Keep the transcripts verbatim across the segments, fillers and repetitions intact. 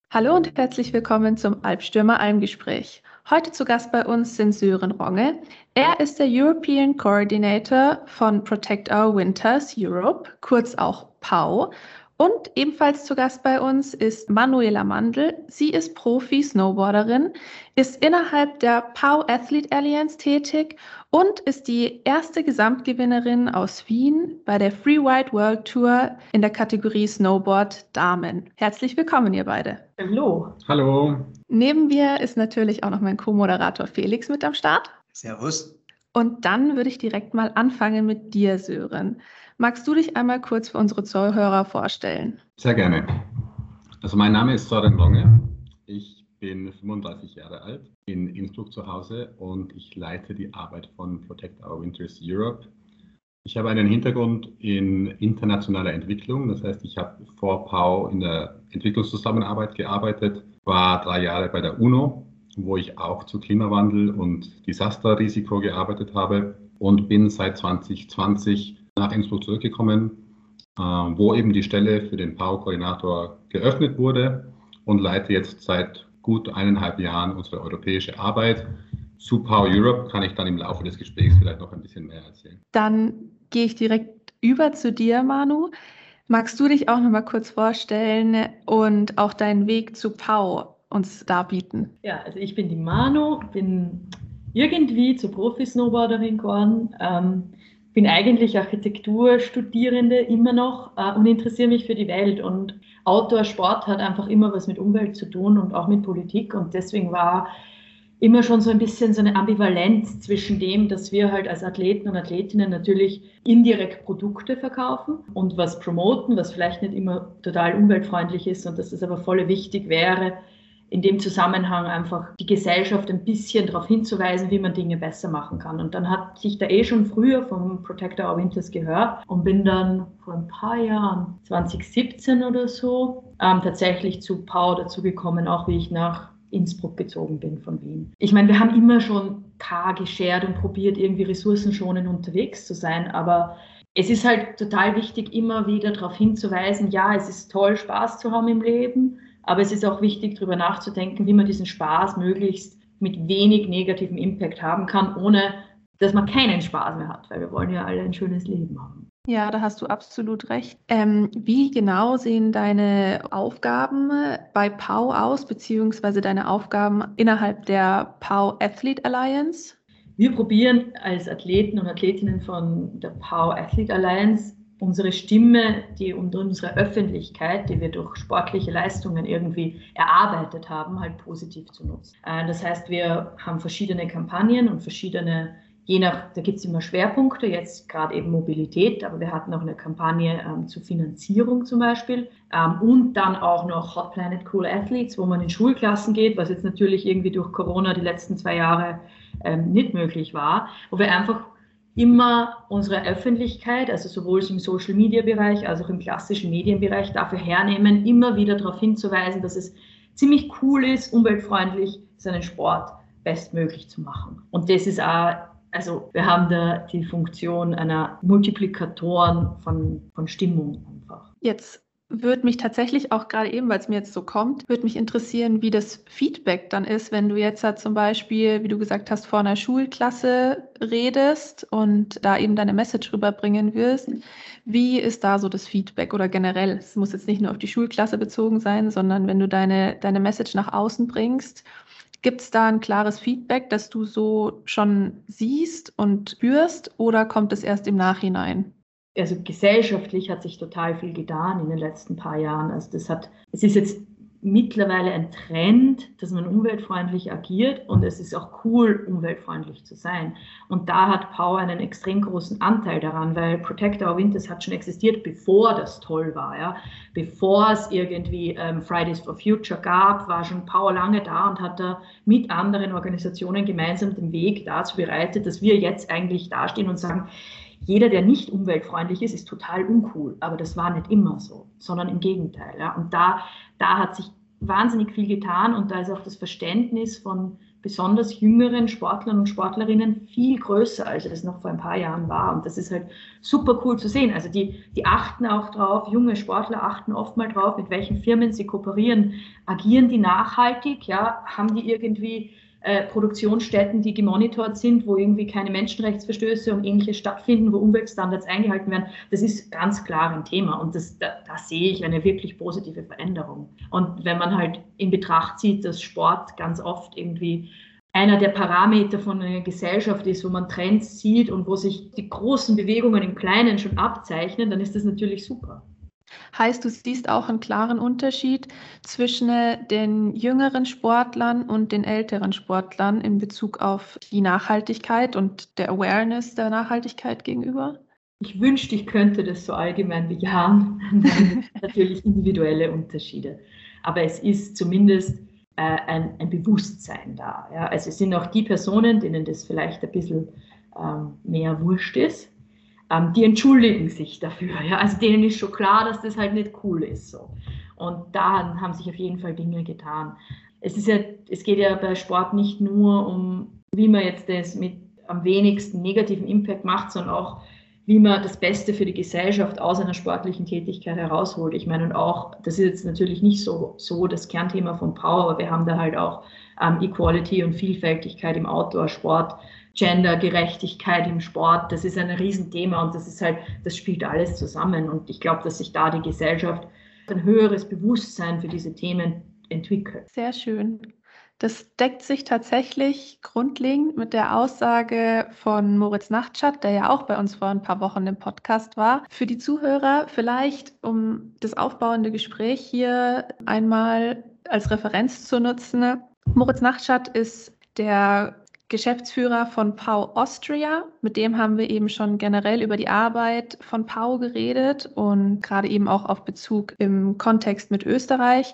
Hallo und herzlich willkommen zum Albstürmer Almgespräch. Heute zu Gast bei uns sind Sören Ronge. Er ist der European Coordinator von Protect Our Winters Europe, kurz auch P A U. Und ebenfalls zu Gast bei uns ist Manuela Mandl. Sie ist Profi-Snowboarderin, ist innerhalb der P A U Athlete Alliance tätig und ist die erste Gesamtgewinnerin aus Wien bei der Free Wide World Tour in der Kategorie Snowboard Damen. Herzlich willkommen, ihr beide. Hallo. Hallo. Neben mir ist natürlich auch noch mein Co-Moderator Felix mit am Start. Servus. Und dann würde ich direkt mal anfangen mit dir, Sören. Magst du dich einmal kurz für unsere Zuhörer vorstellen? Sehr gerne. Also mein Name ist Sören Ronge. Ich bin fünfunddreißig Jahre alt, in Innsbruck zu Hause und ich leite die Arbeit von Protect Our Winters Europe. Ich habe einen Hintergrund in internationaler Entwicklung, das heißt, ich habe vor P A U in der Entwicklungszusammenarbeit gearbeitet, war drei Jahre bei der UNO, wo ich auch zu Klimawandel und Desasterrisiko gearbeitet habe und bin seit zwanzig zwanzig nach Innsbruck zurückgekommen, äh, wo eben die Stelle für den P A U-Koordinator geöffnet wurde und leite jetzt seit gut eineinhalb Jahren unsere europäische Arbeit. Zu P A U Europe kann ich dann im Laufe des Gesprächs vielleicht noch ein bisschen mehr erzählen. Dann gehe ich direkt über zu dir, Manu. Magst du dich auch noch mal kurz vorstellen und auch deinen Weg zu P A U uns darbieten? Ja, also ich bin die Manu, bin irgendwie zur Profi-Snowboarderin geworden, ähm, bin eigentlich Architekturstudierende immer noch äh, und interessiere mich für die Welt. Und Outdoor-Sport hat einfach immer was mit Umwelt zu tun und auch mit Politik. Und deswegen war immer schon so ein bisschen so eine Ambivalenz zwischen dem, dass wir halt als Athleten und Athletinnen natürlich indirekt Produkte verkaufen und was promoten, was vielleicht nicht immer total umweltfreundlich ist und dass es aber voll wichtig wäre, in dem Zusammenhang einfach die Gesellschaft ein bisschen darauf hinzuweisen, wie man Dinge besser machen kann. Und dann hatte ich da eh schon früher vom Protect Our Winters gehört und bin dann vor ein paar Jahren, zwanzig siebzehn oder so, ähm, tatsächlich zu P A U dazugekommen, auch wie ich nach Innsbruck gezogen bin von Wien. Ich meine, wir haben immer schon K geschert und probiert, irgendwie ressourcenschonend unterwegs zu sein, aber es ist halt total wichtig, immer wieder darauf hinzuweisen, ja, es ist toll, Spaß zu haben im Leben, aber es ist auch wichtig, darüber nachzudenken, wie man diesen Spaß möglichst mit wenig negativem Impact haben kann, ohne dass man keinen Spaß mehr hat, weil wir wollen ja alle ein schönes Leben haben. Ja, da hast du absolut recht. Ähm, wie genau sehen deine Aufgaben bei P A U aus, beziehungsweise deine Aufgaben innerhalb der P A U Athlete Alliance? Wir probieren als Athleten und Athletinnen von der P A U Athlete Alliance unsere Stimme, die und unsere Öffentlichkeit, die wir durch sportliche Leistungen irgendwie erarbeitet haben, halt positiv zu nutzen. Das heißt, wir haben verschiedene Kampagnen und verschiedene, je nach, da gibt es immer Schwerpunkte, jetzt gerade eben Mobilität, aber wir hatten auch eine Kampagne ähm, zur Finanzierung zum Beispiel ähm, und dann auch noch Hot Planet Cool Athletes, wo man in Schulklassen geht, was jetzt natürlich irgendwie durch Corona die letzten zwei Jahre ähm, nicht möglich war, wo wir einfach immer unsere Öffentlichkeit, also sowohl im Social-Media-Bereich als auch im klassischen Medienbereich dafür hernehmen, immer wieder darauf hinzuweisen, dass es ziemlich cool ist, umweltfreundlich seinen Sport bestmöglich zu machen. Und das ist auch, also wir haben da die Funktion einer Multiplikatoren von, von Stimmung einfach. Jetzt würde mich tatsächlich auch gerade eben, weil es mir jetzt so kommt, würde mich interessieren, wie das Feedback dann ist, wenn du jetzt halt zum Beispiel, wie du gesagt hast, vor einer Schulklasse redest und da eben deine Message rüberbringen wirst. Wie ist da so das Feedback oder generell? Es muss jetzt nicht nur auf die Schulklasse bezogen sein, sondern wenn du deine, deine Message nach außen bringst, gibt es da ein klares Feedback, das du so schon siehst und spürst, oder kommt es erst im Nachhinein? Also gesellschaftlich hat sich total viel getan in den letzten paar Jahren. Also das hat, es ist jetzt mittlerweile ein Trend, dass man umweltfreundlich agiert und es ist auch cool, umweltfreundlich zu sein. Und da hat P A U einen extrem großen Anteil daran, weil Protect Our Winters hat schon existiert, bevor das toll war. Ja? Bevor es irgendwie ähm, Fridays for Future gab, war schon P A U lange da und hat da mit anderen Organisationen gemeinsam den Weg dazu bereitet, dass wir jetzt eigentlich dastehen und sagen, jeder, der nicht umweltfreundlich ist, ist total uncool. Aber das war nicht immer so, sondern im Gegenteil. Ja. Und da, da hat sich wahnsinnig viel getan und da ist auch das Verständnis von besonders jüngeren Sportlern und Sportlerinnen viel größer, als es noch vor ein paar Jahren war. Und das ist halt super cool zu sehen. Also die, die achten auch drauf, junge Sportler achten oft mal drauf, mit welchen Firmen sie kooperieren. Agieren die nachhaltig? Ja, haben die irgendwie äh, Produktionsstätten, die gemonitort sind, wo irgendwie keine Menschenrechtsverstöße und ähnliches stattfinden, wo Umweltstandards eingehalten werden? Das ist ganz klar ein Thema. Und das, da, da sehe ich eine wirklich positive Veränderung. Und wenn man halt in Betracht zieht, dass Sport ganz oft irgendwie einer der Parameter von einer Gesellschaft ist, wo man Trends sieht und wo sich die großen Bewegungen im Kleinen schon abzeichnen, dann ist das natürlich super. Heißt, du siehst auch einen klaren Unterschied zwischen den jüngeren Sportlern und den älteren Sportlern in Bezug auf die Nachhaltigkeit und der Awareness der Nachhaltigkeit gegenüber? Ich wünschte, ich könnte das so allgemein bejahen. Natürlich individuelle Unterschiede. Aber es ist zumindest äh, ein, ein Bewusstsein da. Ja? Also es sind auch die Personen, denen das vielleicht ein bisschen ähm, mehr wurscht ist, ähm, die entschuldigen sich dafür. Ja? Also denen ist schon klar, dass das halt nicht cool ist. So. Und da haben sich auf jeden Fall Dinge getan. Es ist ja, es geht ja bei Sport nicht nur um, wie man jetzt das mit am wenigsten negativen Impact macht, sondern auch, wie man das Beste für die Gesellschaft aus einer sportlichen Tätigkeit herausholt. Ich meine, und auch, das ist jetzt natürlich nicht so, so das Kernthema von Power, aber wir haben da halt auch ähm, Equality und Vielfältigkeit im Outdoor-Sport, Gender-Gerechtigkeit im Sport, das ist ein Riesenthema und das ist halt, das spielt alles zusammen. Und ich glaube, dass sich da die Gesellschaft ein höheres Bewusstsein für diese Themen entwickelt. Sehr schön. Das deckt sich tatsächlich grundlegend mit der Aussage von Moritz Nachtschat, der ja auch bei uns vor ein paar Wochen im Podcast war. Für die Zuhörer vielleicht, um das aufbauende Gespräch hier einmal als Referenz zu nutzen. Moritz Nachtschat ist der Geschäftsführer von P A U Austria. Mit dem haben wir eben schon generell über die Arbeit von P A U geredet und gerade eben auch auf Bezug im Kontext mit Österreich.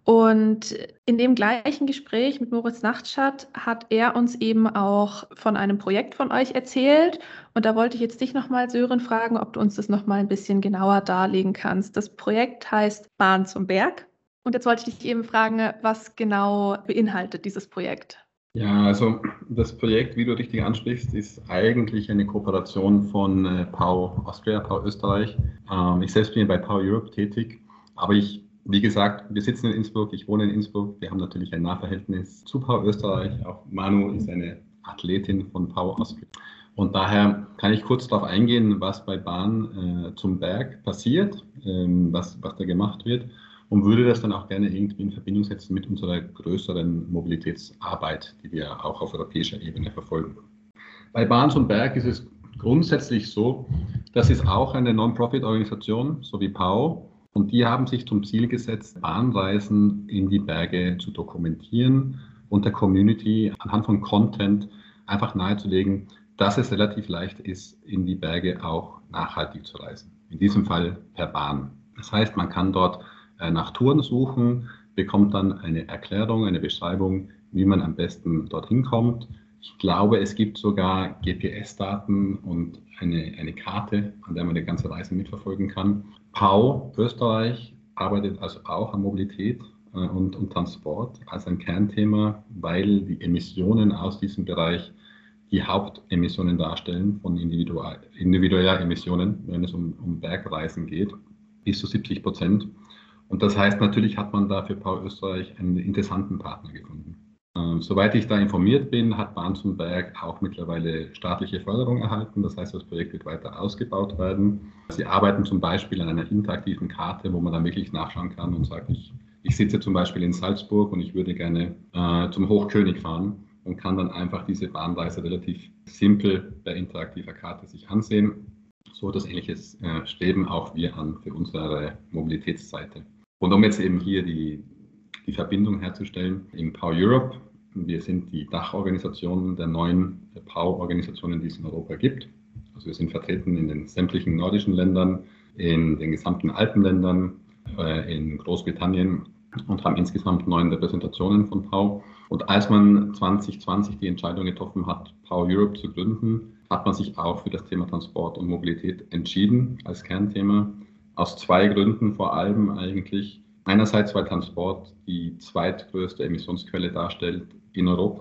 Und in dem gleichen Gespräch mit Moritz Nachtschat hat er uns eben auch von einem Projekt von euch erzählt. Und da wollte ich jetzt dich nochmal, Sören, fragen, ob du uns das nochmal ein bisschen genauer darlegen kannst. Das Projekt heißt Bahn zum Berg. Und jetzt wollte ich dich eben fragen, was genau beinhaltet dieses Projekt? Ja, also das Projekt, wie du richtig ansprichst, ist eigentlich eine Kooperation von äh, P A U Austria, P A U Österreich. Ähm, ich selbst bin bei P A U Europe tätig, aber ich Wie gesagt, wir sitzen in Innsbruck, ich wohne in Innsbruck, wir haben natürlich ein Nahverhältnis zu P A U Österreich, auch Manu ist eine Athletin von P A U Austria. Und daher kann ich kurz darauf eingehen, was bei Bahn äh, zum Berg passiert, ähm, was, was da gemacht wird und würde das dann auch gerne irgendwie in Verbindung setzen mit unserer größeren Mobilitätsarbeit, die wir auch auf europäischer Ebene verfolgen. Bei Bahn zum Berg ist es grundsätzlich so, das ist auch eine Non-Profit-Organisation, so wie P A U. Und die haben sich zum Ziel gesetzt, Bahnreisen in die Berge zu dokumentieren und der Community anhand von Content einfach nahezulegen, dass es relativ leicht ist, in die Berge auch nachhaltig zu reisen. In diesem Fall per Bahn. Das heißt, man kann dort nach Touren suchen, bekommt dann eine Erklärung, eine Beschreibung, wie man am besten dorthin kommt. Ich glaube, es gibt sogar G P S-Daten und eine, eine Karte, an der man die ganze Reise mitverfolgen kann. P A U Österreich arbeitet also auch an Mobilität äh, und, und Transport als ein Kernthema, weil die Emissionen aus diesem Bereich die Hauptemissionen darstellen von individuell, individueller Emissionen, wenn es um, um Bergreisen geht, bis zu siebzig Prozent. Und das heißt, natürlich hat man da für P A U Österreich einen interessanten Partner gefunden. Ähm, soweit ich da informiert bin, hat Bahn zum Berg auch mittlerweile staatliche Förderung erhalten. Das heißt, das Projekt wird weiter ausgebaut werden. Sie arbeiten zum Beispiel an einer interaktiven Karte, wo man dann wirklich nachschauen kann und sagt, ich, ich sitze zum Beispiel in Salzburg und ich würde gerne äh, zum Hochkönig fahren und kann dann einfach diese Bahnreise relativ simpel per interaktiver Karte sich ansehen. So etwas Ähnliches äh, streben auch wir an für unsere Mobilitätsseite. Und um jetzt eben hier die die Verbindung herzustellen in P A U Europe. Wir sind die Dachorganisation der neuen P A U-Organisationen, die es in Europa gibt. Also wir sind vertreten in den sämtlichen nordischen Ländern, in den gesamten Alpenländern, äh, in Großbritannien und haben insgesamt neun Repräsentationen von P A U. Und als man zwanzig zwanzig die Entscheidung getroffen hat, P A U Europe zu gründen, hat man sich auch für das Thema Transport und Mobilität entschieden als Kernthema. Aus zwei Gründen vor allem eigentlich. Einerseits, weil Transport die zweitgrößte Emissionsquelle darstellt in Europa.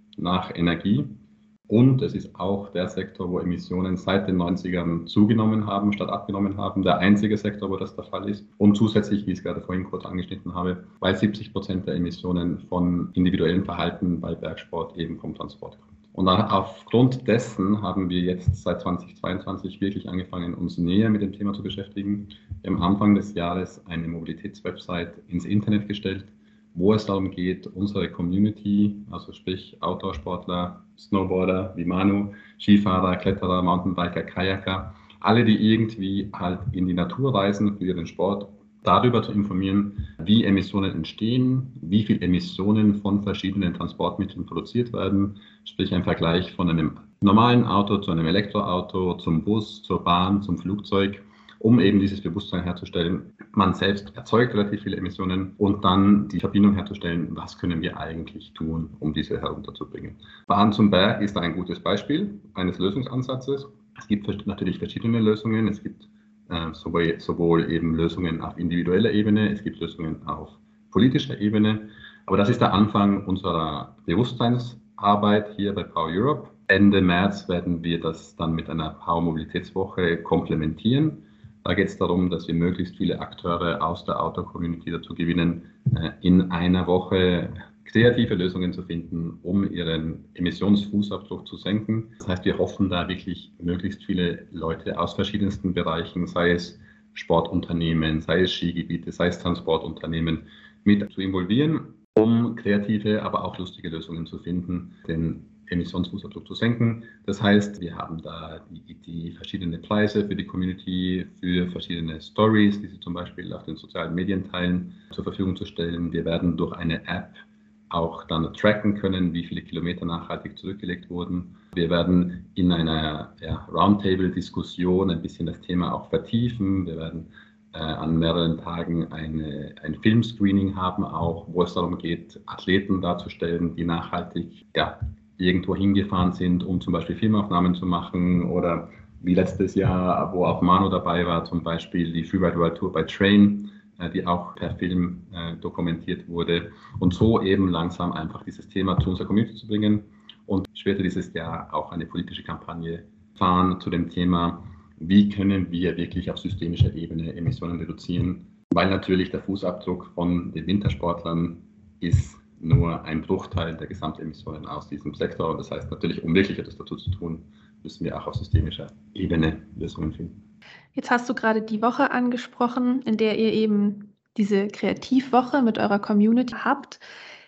nach Energie. Und es ist auch der Sektor, wo Emissionen seit den neunzigern zugenommen haben, statt abgenommen haben. Der einzige Sektor, wo das der Fall ist. Und zusätzlich, wie ich es gerade vorhin kurz angeschnitten habe, weil siebzig Prozent der Emissionen von individuellem Verhalten bei Bergsport eben vom Transport kommt. Und dann aufgrund dessen haben wir jetzt seit zweitausendzweiundzwanzig wirklich angefangen, uns näher mit dem Thema zu beschäftigen. Wir haben Anfang des Jahres eine Mobilitätswebsite ins Internet gestellt, wo es darum geht, unsere Community, also sprich Outdoor-Sportler, Snowboarder wie Manu, Skifahrer, Kletterer, Mountainbiker, Kajaker, alle, die irgendwie halt in die Natur reisen für ihren Sport, darüber zu informieren, wie Emissionen entstehen, wie viel Emissionen von verschiedenen Transportmitteln produziert werden, sprich ein Vergleich von einem normalen Auto zu einem Elektroauto, zum Bus, zur Bahn, zum Flugzeug, um eben dieses Bewusstsein herzustellen. Man selbst erzeugt relativ viele Emissionen und dann die Verbindung herzustellen, was können wir eigentlich tun, um diese herunterzubringen. Bahn zum Berg ist ein gutes Beispiel eines Lösungsansatzes. Es gibt natürlich verschiedene Lösungen. Es gibt äh, sowohl, sowohl eben Lösungen auf individueller Ebene, es gibt Lösungen auf politischer Ebene. Aber das ist der Anfang unserer Bewusstseinsarbeit hier bei Power Europe. Ende März werden wir das dann mit einer Power Mobilitätswoche komplementieren. Da geht es darum, dass wir möglichst viele Akteure aus der Outdoor-Community dazu gewinnen, in einer Woche kreative Lösungen zu finden, um ihren Emissionsfußabdruck zu senken. Das heißt, wir hoffen da wirklich möglichst viele Leute aus verschiedensten Bereichen, sei es Sportunternehmen, sei es Skigebiete, sei es Transportunternehmen, mit zu involvieren, um kreative, aber auch lustige Lösungen zu finden, den Emissionsfußabdruck zu senken. Das heißt, wir haben da die Idee, verschiedene Preise für die Community, für verschiedene Stories, die sie zum Beispiel auf den sozialen Medien teilen, zur Verfügung zu stellen. Wir werden durch eine App auch dann tracken können, wie viele Kilometer nachhaltig zurückgelegt wurden. Wir werden in einer ja, Roundtable-Diskussion ein bisschen das Thema auch vertiefen. Wir werden äh, an mehreren Tagen eine, ein Filmscreening haben, auch wo es darum geht, Athleten darzustellen, die nachhaltig ja, irgendwo hingefahren sind, um zum Beispiel Filmaufnahmen zu machen, oder wie letztes Jahr, wo auch Manu dabei war, zum Beispiel die Freeride World Tour by Train, äh, die auch per Film äh, dokumentiert wurde, und so eben langsam einfach dieses Thema zu unserer Community zu bringen und später dieses Jahr auch eine politische Kampagne fahren zu dem Thema, wie können wir wirklich auf systemischer Ebene Emissionen reduzieren, weil natürlich der Fußabdruck von den Wintersportlern ist nur ein Bruchteil der Gesamtemissionen aus diesem Sektor. Und das heißt natürlich, um wirklich etwas dazu zu tun, müssen wir auch auf systemischer Ebene Lösungen finden. Jetzt hast du gerade die Woche angesprochen, in der ihr eben diese Kreativwoche mit eurer Community habt.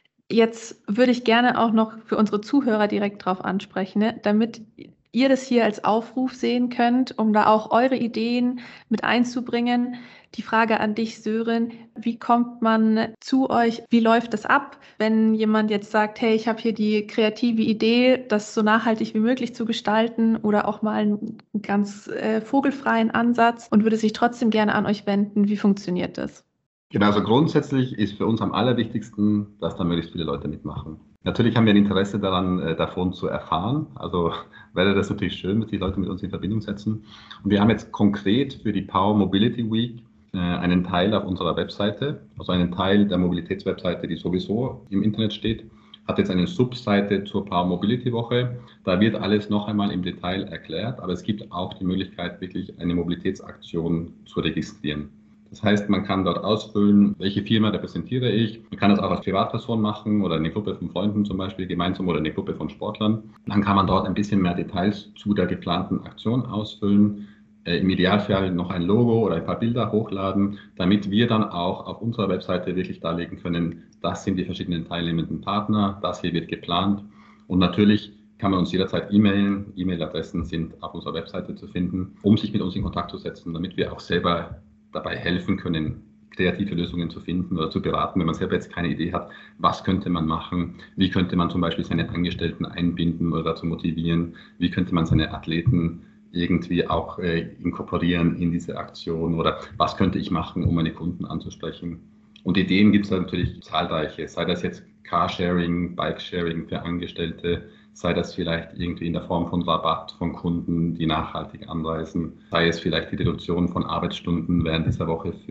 Jetzt würde ich gerne auch noch für unsere Zuhörer direkt darauf ansprechen, ne, damit ihr das hier als Aufruf sehen könnt, um da auch eure Ideen mit einzubringen. Die Frage an dich, Sören, wie kommt man zu euch? Wie läuft das ab, wenn jemand jetzt sagt, hey, ich habe hier die kreative Idee, das so nachhaltig wie möglich zu gestalten, oder auch mal einen ganz äh, vogelfreien Ansatz und würde sich trotzdem gerne an euch wenden? Wie funktioniert das? Genau, also grundsätzlich ist für uns am allerwichtigsten, dass da möglichst viele Leute mitmachen. Natürlich haben wir ein Interesse daran, äh, davon zu erfahren. Also wäre das natürlich schön, dass die Leute mit uns in Verbindung setzen. Und wir haben jetzt konkret für die Power Mobility Week äh, einen Teil auf unserer Webseite, also einen Teil der Mobilitätswebseite, die sowieso im Internet steht, hat jetzt eine Subseite zur Power Mobility Woche. Da wird alles noch einmal im Detail erklärt, aber es gibt auch die Möglichkeit, wirklich eine Mobilitätsaktion zu registrieren. Das heißt, man kann dort ausfüllen, welche Firma repräsentiere ich. Man kann das auch als Privatperson machen oder eine Gruppe von Freunden zum Beispiel gemeinsam oder eine Gruppe von Sportlern. Dann kann man dort ein bisschen mehr Details zu der geplanten Aktion ausfüllen. Äh, Im Idealfall noch ein Logo oder ein paar Bilder hochladen, damit wir dann auch auf unserer Webseite wirklich darlegen können, das sind die verschiedenen teilnehmenden Partner, das hier wird geplant. Und natürlich kann man uns jederzeit e-mailen. E-Mail-Adressen sind auf unserer Webseite zu finden, um sich mit uns in Kontakt zu setzen, damit wir auch selber dabei helfen können, kreative Lösungen zu finden oder zu beraten, wenn man selber jetzt keine Idee hat, was könnte man machen, wie könnte man zum Beispiel seine Angestellten einbinden oder dazu motivieren, wie könnte man seine Athleten irgendwie auch äh, inkorporieren in diese Aktion, oder was könnte ich machen, um meine Kunden anzusprechen. Und Ideen gibt es natürlich zahlreiche, sei das jetzt Carsharing, Bikesharing für Angestellte, sei das vielleicht irgendwie in der Form von Rabatt von Kunden, die nachhaltig anreisen, sei es vielleicht die Reduktion von Arbeitsstunden während dieser Woche für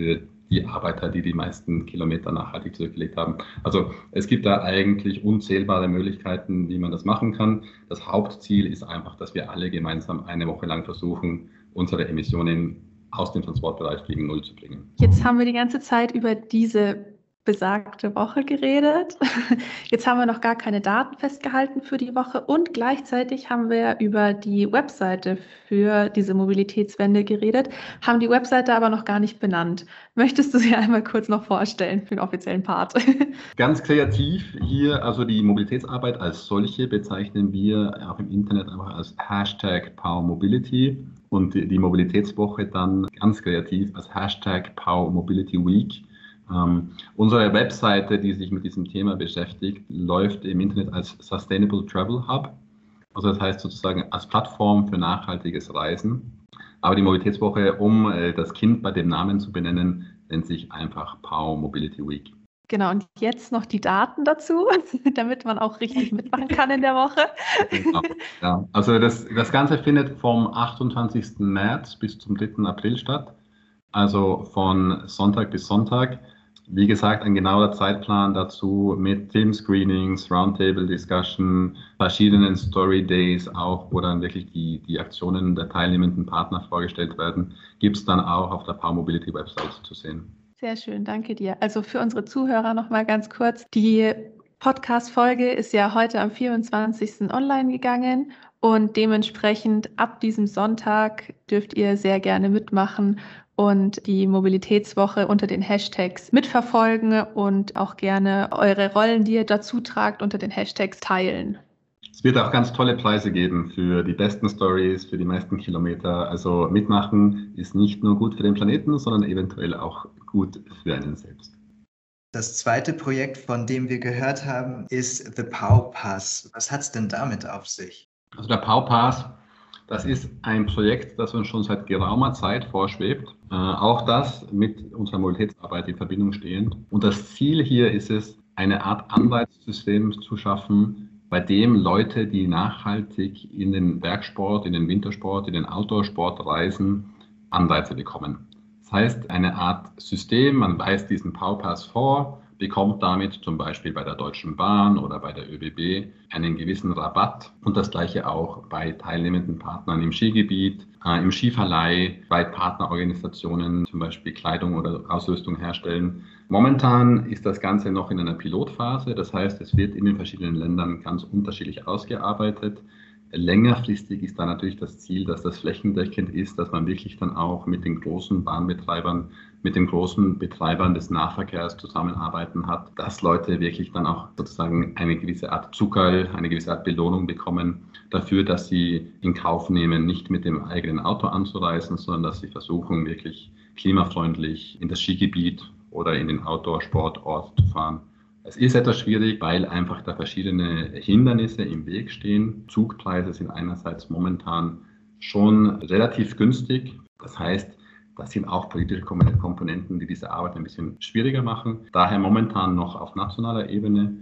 die Arbeiter, die die meisten Kilometer nachhaltig zurückgelegt haben. Also es gibt da eigentlich unzählbare Möglichkeiten, wie man das machen kann. Das Hauptziel ist einfach, dass wir alle gemeinsam eine Woche lang versuchen, unsere Emissionen aus dem Transportbereich gegen Null zu bringen. Jetzt haben wir die ganze Zeit über diese besagte Woche geredet. Jetzt haben wir noch gar keine Daten festgehalten für die Woche und gleichzeitig haben wir über die Webseite für diese Mobilitätswende geredet, haben die Webseite aber noch gar nicht benannt. Möchtest du sie einmal kurz noch vorstellen für den offiziellen Part? Ganz kreativ hier, also die Mobilitätsarbeit als solche bezeichnen wir auch im Internet einfach als Hashtag Power Mobility und die, die Mobilitätswoche dann ganz kreativ als Hashtag Power Mobility Week. Ähm, unsere Webseite, die sich mit diesem Thema beschäftigt, läuft im Internet als Sustainable Travel Hub. Also das heißt sozusagen als Plattform für nachhaltiges Reisen. Aber die Mobilitätswoche, um äh, das Kind bei dem Namen zu benennen, nennt sich einfach Power Mobility Week. Genau, und jetzt noch die Daten dazu, damit man auch richtig mitmachen kann in der Woche. Genau, ja. Also das, das Ganze findet vom achtundzwanzigsten März bis zum dritten April statt. Also von Sonntag bis Sonntag. Wie gesagt, ein genauer Zeitplan dazu mit Film-Screenings, Roundtable-Discussion, verschiedenen Story-Days auch, wo dann wirklich die, die Aktionen der teilnehmenden Partner vorgestellt werden, gibt es dann auch auf der Power Mobility Website zu sehen. Sehr schön, danke dir. Also für unsere Zuhörer nochmal ganz kurz. Die Podcast-Folge ist ja heute am vierundzwanzigsten online gegangen und dementsprechend ab diesem Sonntag dürft ihr sehr gerne mitmachen und die Mobilitätswoche unter den Hashtags mitverfolgen und auch gerne eure Rollen, die ihr dazu tragt, unter den Hashtags teilen. Es wird auch ganz tolle Preise geben für die besten Stories, für die meisten Kilometer. Also mitmachen ist nicht nur gut für den Planeten, sondern eventuell auch gut für einen selbst. Das zweite Projekt, von dem wir gehört haben, ist The Power Pass. Was hat es denn damit auf sich? Also der Power Pass, das ist ein Projekt, das uns schon seit geraumer Zeit vorschwebt. Äh, auch das mit unserer Mobilitätsarbeit in Verbindung stehend. Und das Ziel hier ist es, eine Art Anreizsystem zu schaffen, bei dem Leute, die nachhaltig in den Bergsport, in den Wintersport, in den Outdoor-Sport reisen, Anreize bekommen. Das heißt, eine Art System, man weist diesen Power Pass vor, bekommt damit zum Beispiel bei der Deutschen Bahn oder bei der Ö B B einen gewissen Rabatt und das gleiche auch bei teilnehmenden Partnern im Skigebiet, äh, im Skiverleih, bei Partnerorganisationen zum Beispiel Kleidung oder Ausrüstung herstellen. Momentan ist das Ganze noch in einer Pilotphase, das heißt, es wird in den verschiedenen Ländern ganz unterschiedlich ausgearbeitet. Längerfristig ist da natürlich das Ziel, dass das flächendeckend ist, dass man wirklich dann auch mit den großen Bahnbetreibern, mit den großen Betreibern des Nahverkehrs zusammenarbeiten hat, dass Leute wirklich dann auch sozusagen eine gewisse Art Zuckerl, eine gewisse Art Belohnung bekommen dafür, dass sie in Kauf nehmen, nicht mit dem eigenen Auto anzureisen, sondern dass sie versuchen, wirklich klimafreundlich in das Skigebiet oder in den Outdoor-Sportort zu fahren. Es ist etwas schwierig, weil einfach da verschiedene Hindernisse im Weg stehen. Zugpreise sind einerseits momentan schon relativ günstig. Das heißt, das sind auch politische Komponenten, die diese Arbeit ein bisschen schwieriger machen. Daher momentan noch auf nationaler Ebene.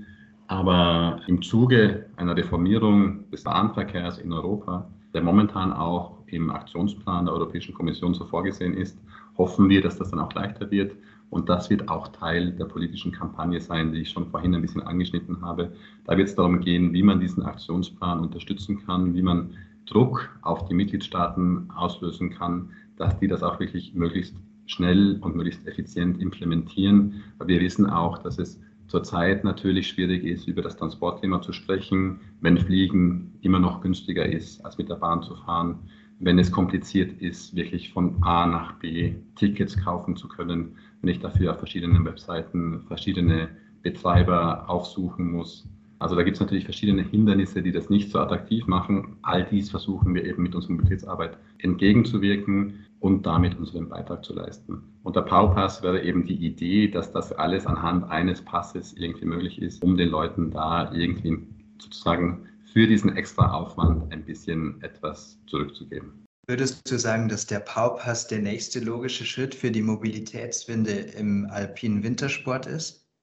Aber im Zuge einer Reformierung des Bahnverkehrs in Europa, der momentan auch im Aktionsplan der Europäischen Kommission so vorgesehen ist, hoffen wir, dass das dann auch leichter wird. Und das wird auch Teil der politischen Kampagne sein, die ich schon vorhin ein bisschen angeschnitten habe. Da wird es darum gehen, wie man diesen Aktionsplan unterstützen kann, wie man Druck auf die Mitgliedstaaten auslösen kann, dass die das auch wirklich möglichst schnell und möglichst effizient implementieren. Aber wir wissen auch, dass es zurzeit natürlich schwierig ist, über das Transportthema zu sprechen, wenn Fliegen immer noch günstiger ist, als mit der Bahn zu fahren, wenn es kompliziert ist, wirklich von A nach B Tickets kaufen zu können, wenn ich dafür auf verschiedenen Webseiten verschiedene Betreiber aufsuchen muss. Also da gibt es natürlich verschiedene Hindernisse, die das nicht so attraktiv machen. All dies versuchen wir eben mit unserer Mobilitätsarbeit entgegenzuwirken und damit unseren Beitrag zu leisten. Und der Power Pass wäre eben die Idee, dass das alles anhand eines Passes irgendwie möglich ist, um den Leuten da irgendwie sozusagen für diesen extra Aufwand ein bisschen etwas zurückzugeben. Würdest du sagen, dass der Power Pass der nächste logische Schritt für die Mobilitätswende im alpinen Wintersport ist?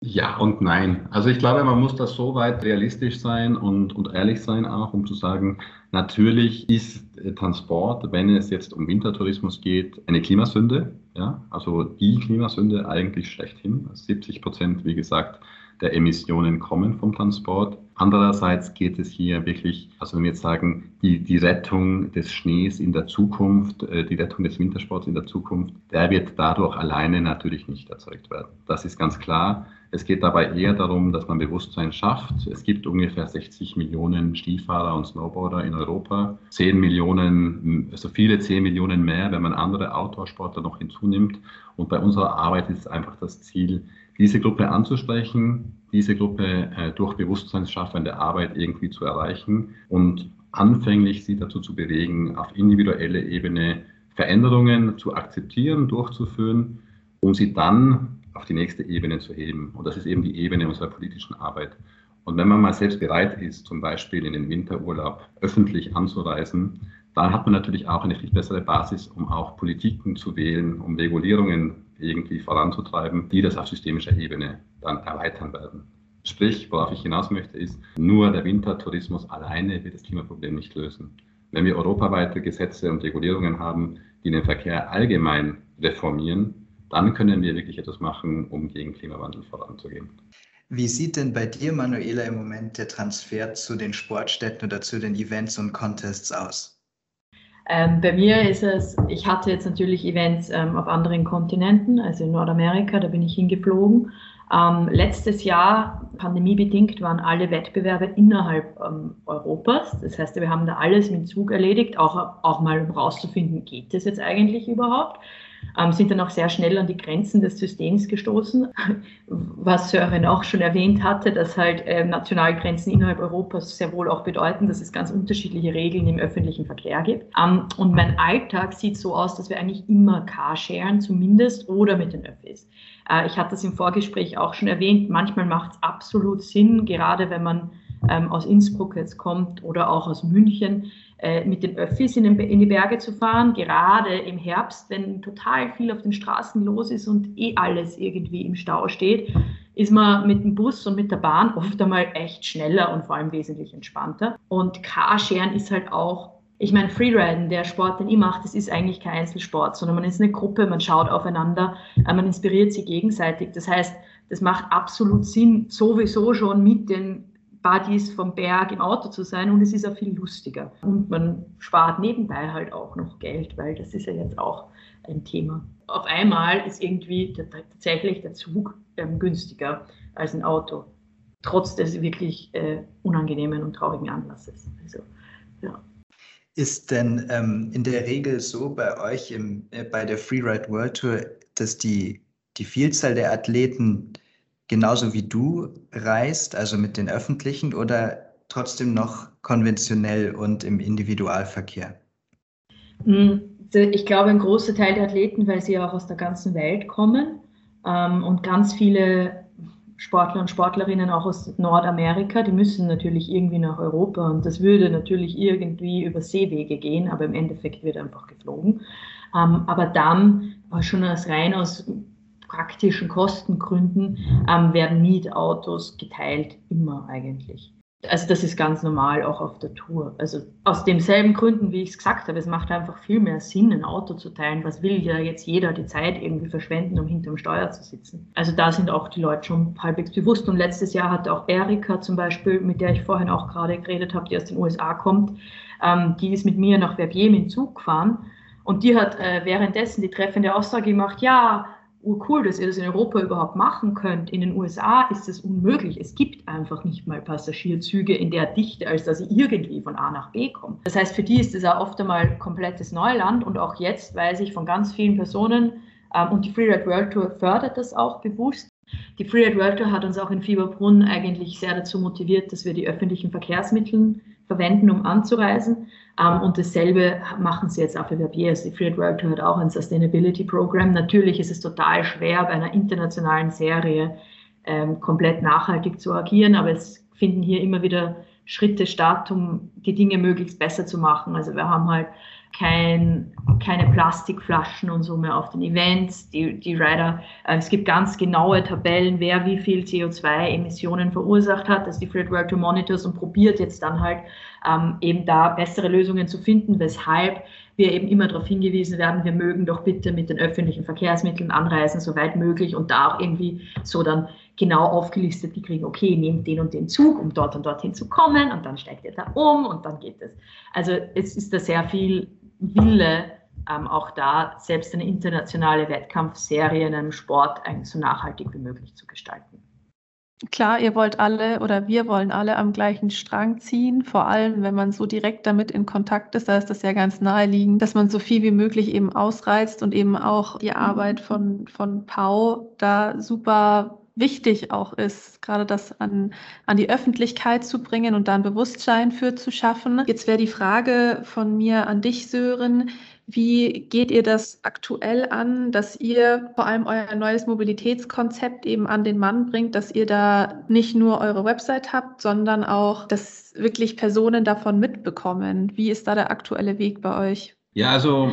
Ja und nein. Also ich glaube, man muss da so weit realistisch sein und, und ehrlich sein auch, um zu sagen, natürlich ist äh, Transport, wenn es jetzt um Wintertourismus geht, eine Klimasünde. Ja? Also die Klimasünde eigentlich schlechthin. siebzig Prozent, wie gesagt, der Emissionen kommen vom Transport. Andererseits geht es hier wirklich, also wenn wir jetzt sagen, die, die Rettung des Schnees in der Zukunft, äh, die Rettung des Wintersports in der Zukunft, der wird dadurch alleine natürlich nicht erzeugt werden. Das ist ganz klar. Es geht dabei eher darum, dass man Bewusstsein schafft. Es gibt ungefähr sechzig Millionen Skifahrer und Snowboarder in Europa. zehn Millionen, also viele zehn Millionen mehr, wenn man andere Outdoor-Sportler noch hinzunimmt. Und bei unserer Arbeit ist einfach das Ziel, diese Gruppe anzusprechen, diese Gruppe äh, durch bewusstseinsschaffende Arbeit irgendwie zu erreichen und anfänglich sie dazu zu bewegen, auf individueller Ebene Veränderungen zu akzeptieren, durchzuführen, um sie dann auf die nächste Ebene zu heben. Und das ist eben die Ebene unserer politischen Arbeit. Und wenn man mal selbst bereit ist, zum Beispiel in den Winterurlaub öffentlich anzureisen, dann hat man natürlich auch eine viel bessere Basis, um auch Politiken zu wählen, um Regulierungen irgendwie voranzutreiben, die das auf systemischer Ebene dann erweitern werden. Sprich, worauf ich hinaus möchte, ist, nur der Wintertourismus alleine wird das Klimaproblem nicht lösen. Wenn wir europaweite Gesetze und Regulierungen haben, die den Verkehr allgemein reformieren, dann können wir wirklich etwas machen, um gegen Klimawandel voranzugehen. Wie sieht denn bei dir, Manuela, im Moment der Transfer zu den Sportstätten oder zu den Events und Contests aus? Ähm, bei mir ist es, ich hatte jetzt natürlich Events ähm, auf anderen Kontinenten, also in Nordamerika, da bin ich hingeflogen. Ähm, letztes Jahr, pandemiebedingt, waren alle Wettbewerbe innerhalb ähm, Europas. Das heißt, wir haben da alles mit Zug erledigt, auch, auch mal um rauszufinden, geht das jetzt eigentlich überhaupt? Ähm, sind dann auch sehr schnell an die Grenzen des Systems gestoßen, was Sören auch schon erwähnt hatte, dass halt äh, Nationalgrenzen innerhalb Europas sehr wohl auch bedeuten, dass es ganz unterschiedliche Regeln im öffentlichen Verkehr gibt. Ähm, und mein Alltag sieht so aus, dass wir eigentlich immer Carsharen zumindest oder mit den Öffis. Äh, ich hatte das im Vorgespräch auch schon erwähnt, manchmal macht es absolut Sinn, gerade wenn man ähm, aus Innsbruck jetzt kommt oder auch aus München, mit den Öffis in, den, in die Berge zu fahren, gerade im Herbst, wenn total viel auf den Straßen los ist und eh alles irgendwie im Stau steht, ist man mit dem Bus und mit der Bahn oft einmal echt schneller und vor allem wesentlich entspannter. Und Carsharen ist halt auch, ich meine, Freeriden, der Sport, den ich mache, das ist eigentlich kein Einzelsport, sondern man ist eine Gruppe, man schaut aufeinander, man inspiriert sich gegenseitig. Das heißt, das macht absolut Sinn, sowieso schon mit den Buddies vom Berg im Auto zu sein, und es ist auch viel lustiger. Und man spart nebenbei halt auch noch Geld, weil das ist ja jetzt auch ein Thema. Auf einmal ist irgendwie der, tatsächlich der Zug ähm, günstiger als ein Auto, trotz des wirklich äh, unangenehmen und traurigen Anlasses. Also, ja. Ist denn ähm, in der Regel so bei euch im, äh, bei der Freeride World Tour, dass die, die Vielzahl der Athleten genauso wie du reist, also mit den Öffentlichen, oder trotzdem noch konventionell und im Individualverkehr? Ich glaube, ein großer Teil der Athleten, weil sie ja auch aus der ganzen Welt kommen ähm, und ganz viele Sportler und Sportlerinnen auch aus Nordamerika, die müssen natürlich irgendwie nach Europa, und das würde natürlich irgendwie über Seewege gehen, aber im Endeffekt wird einfach geflogen. Ähm, aber dann schon als rein aus praktischen Kostengründen ähm, werden Mietautos geteilt, immer eigentlich. Also das ist ganz normal, auch auf der Tour. Also aus demselben Gründen, wie ich es gesagt habe, es macht einfach viel mehr Sinn, ein Auto zu teilen. Was will ja jetzt jeder die Zeit irgendwie verschwenden, um hinterm Steuer zu sitzen? Also da sind auch die Leute schon halbwegs bewusst. Und letztes Jahr hatte auch Erika zum Beispiel, mit der ich vorhin auch gerade geredet habe, die aus den U S A kommt, ähm, die ist mit mir nach Verbier mit dem Zug gefahren, und die hat äh, währenddessen die treffende Aussage gemacht, ja, cool, dass ihr das in Europa überhaupt machen könnt. In den U S A ist es unmöglich. Es gibt einfach nicht mal Passagierzüge in der Dichte, als dass sie irgendwie von A nach B kommen. Das heißt, für die ist es auch oft einmal komplettes Neuland, und auch jetzt weiß ich von ganz vielen Personen, ähm, und die Freeride World Tour fördert das auch bewusst. Die Freeride World Tour hat uns auch in Fieberbrunn eigentlich sehr dazu motiviert, dass wir die öffentlichen Verkehrsmittel verwenden, um anzureisen. Um, und dasselbe machen sie jetzt auch für Verbier. Also die Freeride World Tour hat auch ein Sustainability Program. Natürlich ist es total schwer, bei einer internationalen Serie ähm, komplett nachhaltig zu agieren, aber es finden hier immer wieder Schritte statt, um die Dinge möglichst besser zu machen. Also wir haben halt kein, keine Plastikflaschen und so mehr auf den Events. Die, die Rider, äh, es gibt ganz genaue Tabellen, wer wie viel C O zwei Emissionen verursacht hat. Das ist die Freeride World Tour monitors und probiert jetzt dann halt ähm, eben da bessere Lösungen zu finden, weshalb wir eben immer darauf hingewiesen werden, wir mögen doch bitte mit den öffentlichen Verkehrsmitteln anreisen, soweit möglich, und da auch irgendwie so dann genau aufgelistet, die kriegen, okay, nehmt den und den Zug, um dort und dorthin zu kommen, und dann steigt ihr da um und dann geht es. Also es ist da sehr viel Wille, ähm, auch da selbst eine internationale Wettkampfserie in einem Sport eigentlich so nachhaltig wie möglich zu gestalten. Klar, ihr wollt alle oder wir wollen alle am gleichen Strang ziehen, vor allem wenn man so direkt damit in Kontakt ist, da ist das ja ganz naheliegend, dass man so viel wie möglich eben ausreizt und eben auch die Arbeit von, von Pau da super wichtig auch ist, gerade das an, an die Öffentlichkeit zu bringen und da ein Bewusstsein für zu schaffen. Jetzt wäre die Frage von mir an dich, Sören: Wie geht ihr das aktuell an, dass ihr vor allem euer neues Mobilitätskonzept eben an den Mann bringt, dass ihr da nicht nur eure Website habt, sondern auch, dass wirklich Personen davon mitbekommen? Wie ist da der aktuelle Weg bei euch? Ja, also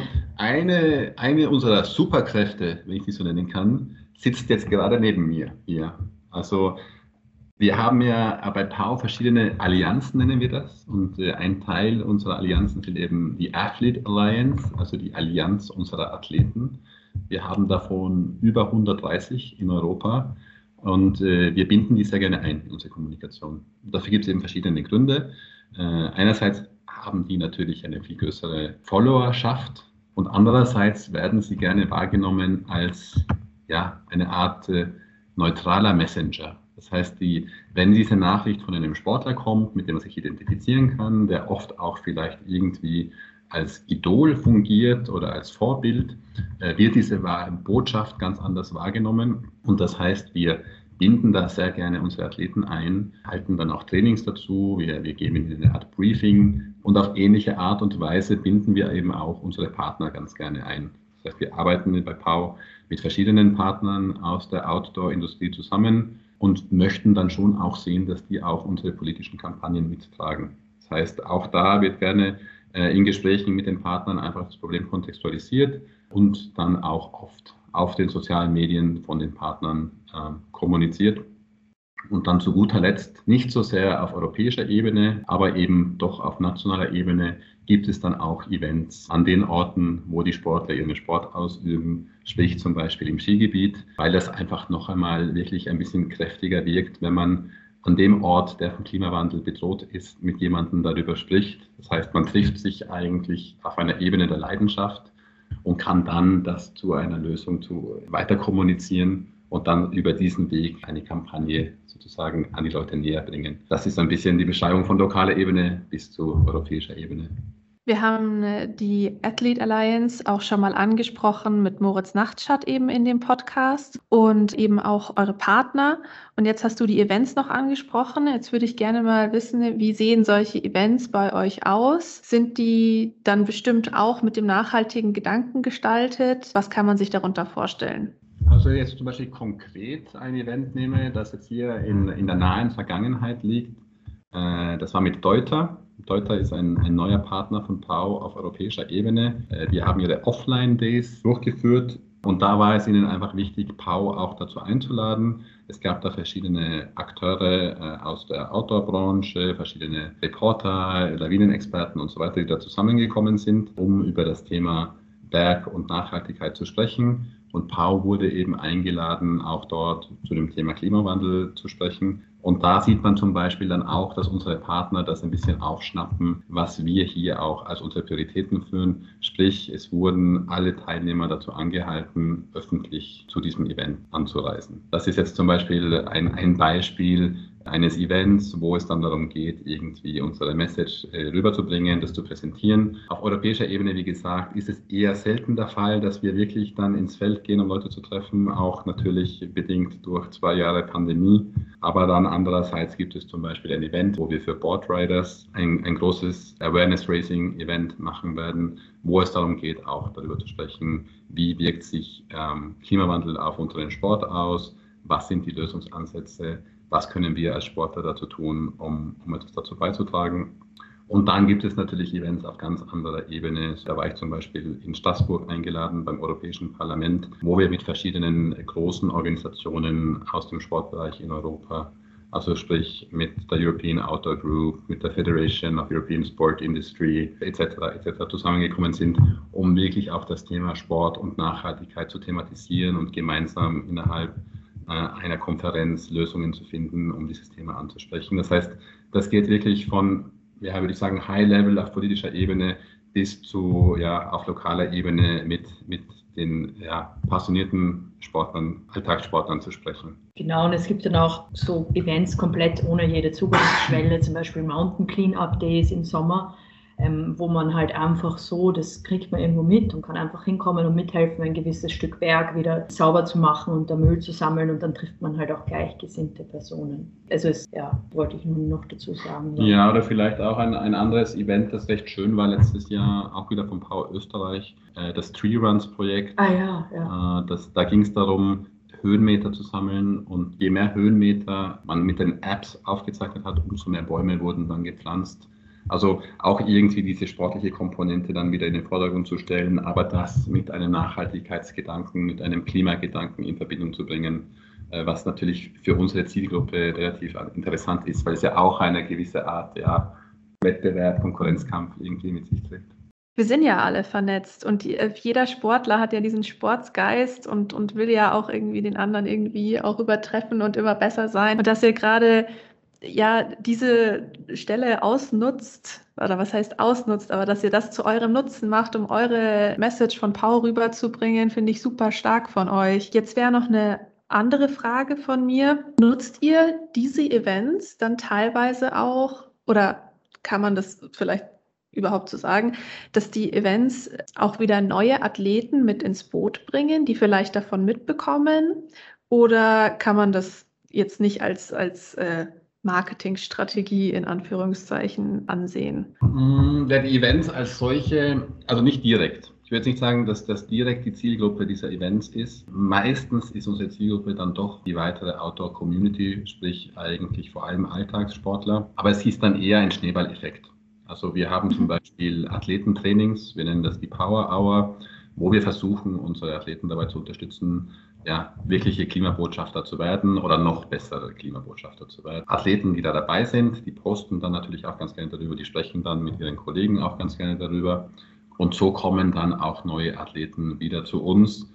eine, eine unserer Superkräfte, wenn ich die so nennen kann, sitzt jetzt gerade neben mir hier. Also wir haben ja bei Pau verschiedene Allianzen, nennen wir das. Und äh, ein Teil unserer Allianzen sind eben die Athlete Alliance, also die Allianz unserer Athleten. Wir haben davon über hundertdreißig in Europa und äh, wir binden die sehr gerne ein in unsere Kommunikation. Und dafür gibt es eben verschiedene Gründe. Äh, einerseits haben die natürlich eine viel größere Followerschaft und andererseits werden sie gerne wahrgenommen als ja, eine Art äh, neutraler Messenger. Das heißt, die, wenn diese Nachricht von einem Sportler kommt, mit dem man sich identifizieren kann, der oft auch vielleicht irgendwie als Idol fungiert oder als Vorbild, äh, wird diese Botschaft ganz anders wahrgenommen. Und das heißt, wir binden da sehr gerne unsere Athleten ein, halten dann auch Trainings dazu, wir, wir geben ihnen eine Art Briefing und auf ähnliche Art und Weise binden wir eben auch unsere Partner ganz gerne ein. Das heißt, wir arbeiten bei Pau mit verschiedenen Partnern aus der Outdoor-Industrie zusammen und möchten dann schon auch sehen, dass die auch unsere politischen Kampagnen mittragen. Das heißt, auch da wird gerne äh, in Gesprächen mit den Partnern einfach das Problem kontextualisiert und dann auch oft auf den sozialen Medien von den Partnern äh, kommuniziert. Und dann zu guter Letzt, nicht so sehr auf europäischer Ebene, aber eben doch auf nationaler Ebene, gibt es dann auch Events an den Orten, wo die Sportler ihren Sport ausüben, sprich zum Beispiel im Skigebiet, weil das einfach noch einmal wirklich ein bisschen kräftiger wirkt, wenn man an dem Ort, der vom Klimawandel bedroht ist, mit jemandem darüber spricht. Das heißt, man trifft sich eigentlich auf einer Ebene der Leidenschaft und kann dann das zu einer Lösung zu weiter kommunizieren und dann über diesen Weg eine Kampagne sozusagen an die Leute näher bringen. Das ist ein bisschen die Beschreibung von lokaler Ebene bis zu europäischer Ebene. Wir haben die Athlete Alliance auch schon mal angesprochen mit Moritz Nachtschat eben in dem Podcast und eben auch eure Partner. Und jetzt hast du die Events noch angesprochen. Jetzt würde ich gerne mal wissen, wie sehen solche Events bei euch aus? Sind die dann bestimmt auch mit dem nachhaltigen Gedanken gestaltet? Was kann man sich darunter vorstellen? Also jetzt zum Beispiel konkret ein Event nehme, das jetzt hier in, in der nahen Vergangenheit liegt. Äh, das war mit Deuter. Deuter ist ein, ein neuer Partner von Pau auf europäischer Ebene. Äh, die haben ihre Offline-Days durchgeführt und da war es ihnen einfach wichtig, Pau auch dazu einzuladen. Es gab da verschiedene Akteure äh, aus der Outdoor-Branche, verschiedene Reporter, Lawinenexperten und so weiter, die da zusammengekommen sind, um über das Thema Berg- und Nachhaltigkeit zu sprechen. Und Pau wurde eben eingeladen, auch dort zu dem Thema Klimawandel zu sprechen. Und da sieht man zum Beispiel dann auch, dass unsere Partner das ein bisschen aufschnappen, was wir hier auch als unsere Prioritäten führen. Sprich, es wurden alle Teilnehmer dazu angehalten, öffentlich zu diesem Event anzureisen. Das ist jetzt zum Beispiel ein, ein Beispiel eines Events, wo es dann darum geht, irgendwie unsere Message äh, rüberzubringen, das zu präsentieren. Auf europäischer Ebene, wie gesagt, ist es eher selten der Fall, dass wir wirklich dann ins Feld gehen, um Leute zu treffen, auch natürlich bedingt durch zwei Jahre Pandemie. Aber dann andererseits gibt es zum Beispiel ein Event, wo wir für Boardriders ein, ein großes Awareness-Raising-Event machen werden, wo es darum geht, auch darüber zu sprechen, wie wirkt sich ähm, Klimawandel auf unseren Sport aus, was sind die Lösungsansätze, was können wir als Sportler dazu tun, um, um etwas dazu beizutragen. Und dann gibt es natürlich Events auf ganz anderer Ebene. Da war ich zum Beispiel in Straßburg eingeladen beim Europäischen Parlament, wo wir mit verschiedenen großen Organisationen aus dem Sportbereich in Europa, also sprich mit der European Outdoor Group, mit der Federation of European Sport Industry et cetera et cetera zusammengekommen sind, um wirklich auch das Thema Sport und Nachhaltigkeit zu thematisieren und gemeinsam innerhalb äh, einer Konferenz Lösungen zu finden, um dieses Thema anzusprechen. Das heißt, das geht wirklich von, ja, würde ich sagen, High-Level auf politischer Ebene bis zu, ja, auf lokaler Ebene mit, mit den, ja, passionierten Sportlern, Alltagssportlern zu sprechen. Genau, und es gibt dann auch so Events komplett ohne jede Zugangsschwelle, zum Beispiel Mountain Cleanup Days im Sommer, ähm, wo man halt einfach so, das kriegt man irgendwo mit und kann einfach hinkommen und mithelfen, ein gewisses Stück Berg wieder sauber zu machen und da Müll zu sammeln, und dann trifft man halt auch gleichgesinnte Personen. Also es, ja, wollte ich nur noch dazu sagen. Ja, ja, oder vielleicht auch ein, ein anderes Event, das recht schön war letztes Jahr, auch wieder vom Power Österreich, äh, das Tree Runs Projekt. Ah ja, ja. Äh, das, da ging es darum, Höhenmeter zu sammeln, und je mehr Höhenmeter man mit den Apps aufgezeichnet hat, umso mehr Bäume wurden dann gepflanzt. Also auch irgendwie diese sportliche Komponente dann wieder in den Vordergrund zu stellen, aber das mit einem Nachhaltigkeitsgedanken, mit einem Klimagedanken in Verbindung zu bringen, was natürlich für unsere Zielgruppe relativ interessant ist, weil es ja auch eine gewisse Art, ja, Wettbewerb, Konkurrenzkampf irgendwie mit sich trägt. Wir sind ja alle vernetzt, und die, jeder Sportler hat ja diesen Sportsgeist und, und will ja auch irgendwie den anderen irgendwie auch übertreffen und immer besser sein. Und dass ihr gerade ja diese Stelle ausnutzt, oder was heißt ausnutzt, aber dass ihr das zu eurem Nutzen macht, um eure Message von Pau rüberzubringen, finde ich super stark von euch. Jetzt wäre noch eine andere Frage von mir. Nutzt ihr diese Events dann teilweise auch, oder kann man das vielleicht überhaupt so sagen, dass die Events auch wieder neue Athleten mit ins Boot bringen, die vielleicht davon mitbekommen? Oder kann man das jetzt nicht als, als äh, Marketingstrategie in Anführungszeichen ansehen? Die Events als solche, also nicht direkt. Ich würde jetzt nicht sagen, dass das direkt die Zielgruppe dieser Events ist. Meistens ist unsere Zielgruppe dann doch die weitere Outdoor-Community, sprich eigentlich vor allem Alltagssportler. Aber es ist dann eher ein Schneeballeffekt. Also wir haben zum Beispiel Athletentrainings, wir nennen das die Power Hour, wo wir versuchen, unsere Athleten dabei zu unterstützen, ja, wirkliche Klimabotschafter zu werden oder noch bessere Klimabotschafter zu werden. Athleten, die da dabei sind, die posten dann natürlich auch ganz gerne darüber, die sprechen dann mit ihren Kollegen auch ganz gerne darüber. Und so kommen dann auch neue Athleten wieder zu uns.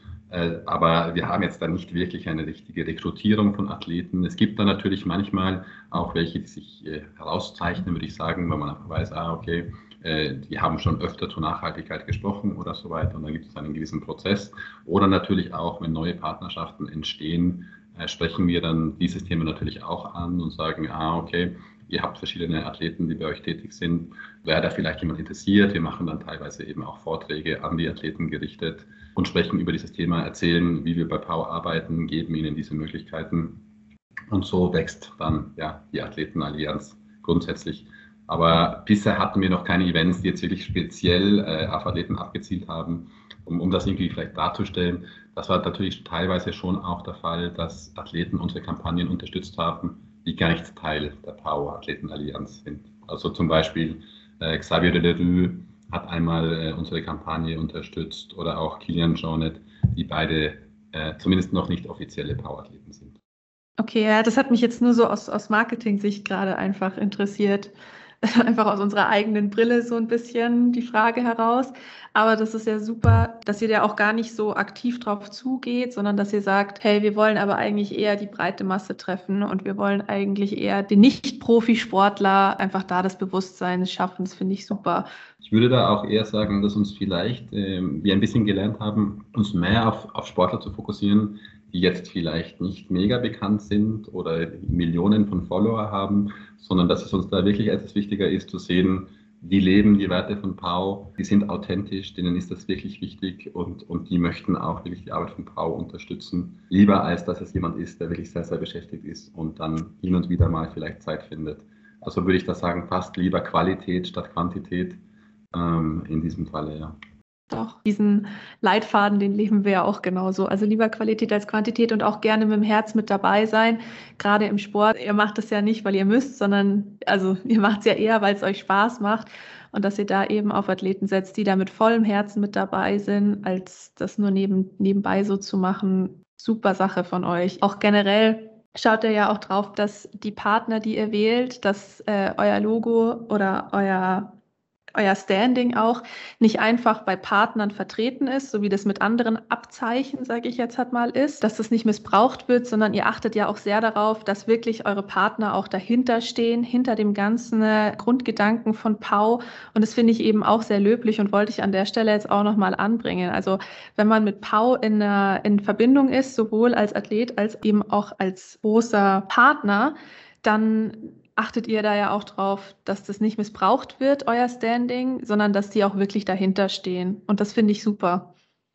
Aber wir haben jetzt da nicht wirklich eine richtige Rekrutierung von Athleten. Es gibt da natürlich manchmal auch welche, die sich herauszeichnen, würde ich sagen, weil man einfach weiß, ah, okay, die haben schon öfter zur Nachhaltigkeit gesprochen oder so weiter, und dann gibt es einen gewissen Prozess. Oder natürlich auch, wenn neue Partnerschaften entstehen, sprechen wir dann dieses Thema natürlich auch an und sagen, ah, okay, ihr habt verschiedene Athleten, die bei euch tätig sind. Wäre da vielleicht jemand interessiert? Wir machen dann teilweise eben auch Vorträge an die Athleten gerichtet und sprechen über dieses Thema, erzählen, wie wir bei Pau arbeiten, geben ihnen diese Möglichkeiten. Und so wächst dann ja die Athletenallianz grundsätzlich. Aber bisher hatten wir noch keine Events, die jetzt wirklich speziell äh, auf Athleten abgezielt haben, um, um das irgendwie vielleicht darzustellen. Das war natürlich teilweise schon auch der Fall, dass Athleten unsere Kampagnen unterstützt haben, die gar nicht Teil der Pau Athletenallianz sind. Also zum Beispiel äh, Xavier Delerue hat einmal äh, unsere Kampagne unterstützt, oder auch Kilian Jornet, die beide äh, zumindest noch nicht offizielle Pau-Athleten sind. Okay, ja, das hat mich jetzt nur so aus, aus Marketing-Sicht gerade einfach interessiert. Einfach aus unserer eigenen Brille so ein bisschen die Frage heraus. Aber das ist ja super, dass ihr da auch gar nicht so aktiv drauf zugeht, sondern dass ihr sagt, hey, wir wollen aber eigentlich eher die breite Masse treffen, und wir wollen eigentlich eher den Nicht-Profisportler einfach da das Bewusstsein schaffen. Das finde ich super. Ich würde da auch eher sagen, dass uns vielleicht, äh, wir ein bisschen gelernt haben, uns mehr auf, auf Sportler zu fokussieren, die jetzt vielleicht nicht mega bekannt sind oder Millionen von Follower haben, sondern dass es uns da wirklich etwas wichtiger ist zu sehen, die leben die Werte von Pau, die sind authentisch, denen ist das wirklich wichtig, und, und die möchten auch wirklich die Arbeit von Pau unterstützen, lieber als dass es jemand ist, der wirklich sehr, sehr beschäftigt ist und dann hin und wieder mal vielleicht Zeit findet. Also würde ich da sagen, fast lieber Qualität statt Quantität ähm, in diesem Falle, ja. Doch, diesen Leitfaden, den leben wir ja auch genauso. Also lieber Qualität als Quantität und auch gerne mit dem Herz mit dabei sein. Gerade im Sport. Ihr macht es ja nicht, weil ihr müsst, sondern also ihr macht es ja eher, weil es euch Spaß macht. Und dass ihr da eben auf Athleten setzt, die da mit vollem Herzen mit dabei sind, als das nur neben, nebenbei so zu machen. Super Sache von euch. Auch generell schaut ihr ja auch drauf, dass die Partner, die ihr wählt, dass äh, euer Logo oder euer euer Standing auch nicht einfach bei Partnern vertreten ist, so wie das mit anderen Abzeichen, sage ich jetzt halt mal, ist, dass das nicht missbraucht wird, sondern ihr achtet ja auch sehr darauf, dass wirklich eure Partner auch dahinter stehen, hinter dem ganzen Grundgedanken von P A U. Und das finde ich eben auch sehr löblich und wollte ich an der Stelle jetzt auch nochmal anbringen. Also wenn man mit P A U in, in Verbindung ist, sowohl als Athlet als eben auch als großer Partner, dann achtet ihr da ja auch drauf, dass das nicht missbraucht wird, euer Standing, sondern dass die auch wirklich dahinter stehen. Und das finde ich super.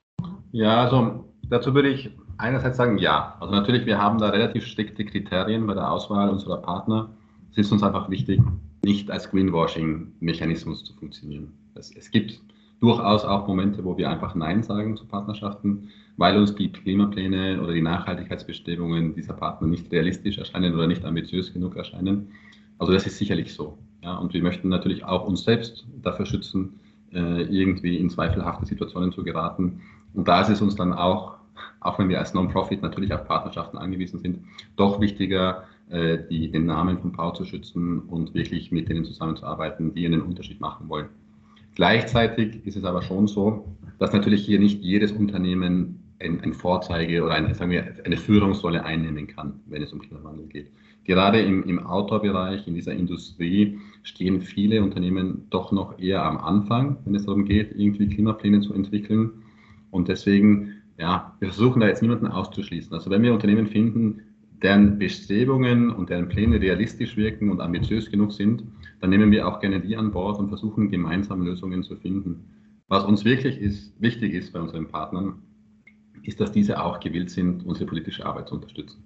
Ja, also dazu würde ich einerseits sagen, ja. Also natürlich, wir haben da relativ strikte Kriterien bei der Auswahl unserer Partner. Es ist uns einfach wichtig, nicht als Greenwashing-Mechanismus zu funktionieren. Es, es gibt durchaus auch Momente, wo wir einfach Nein sagen zu Partnerschaften, weil uns die Klimapläne oder die Nachhaltigkeitsbestrebungen dieser Partner nicht realistisch erscheinen oder nicht ambitiös genug erscheinen. Also das ist sicherlich so. Ja, und wir möchten natürlich auch uns selbst dafür schützen, äh, irgendwie in zweifelhafte Situationen zu geraten. Und da ist es uns dann auch, auch wenn wir als Non-Profit natürlich auf Partnerschaften angewiesen sind, doch wichtiger, äh, die, den Namen von P A U zu schützen und wirklich mit denen zusammenzuarbeiten, die einen Unterschied machen wollen. Gleichzeitig ist es aber schon so, dass natürlich hier nicht jedes Unternehmen ein, ein Vorzeige oder eine, sagen wir, eine Führungsrolle einnehmen kann, wenn es um Klimawandel geht. Gerade im, im Outdoor-Bereich, in dieser Industrie, stehen viele Unternehmen doch noch eher am Anfang, wenn es darum geht, irgendwie Klimapläne zu entwickeln. Und deswegen, ja, wir versuchen da jetzt niemanden auszuschließen. Also wenn wir Unternehmen finden, deren Bestrebungen und deren Pläne realistisch wirken und ambitiös genug sind, dann nehmen wir auch gerne die an Bord und versuchen gemeinsam Lösungen zu finden. Was uns wirklich ist, wichtig ist bei unseren Partnern, ist, dass diese auch gewillt sind, unsere politische Arbeit zu unterstützen.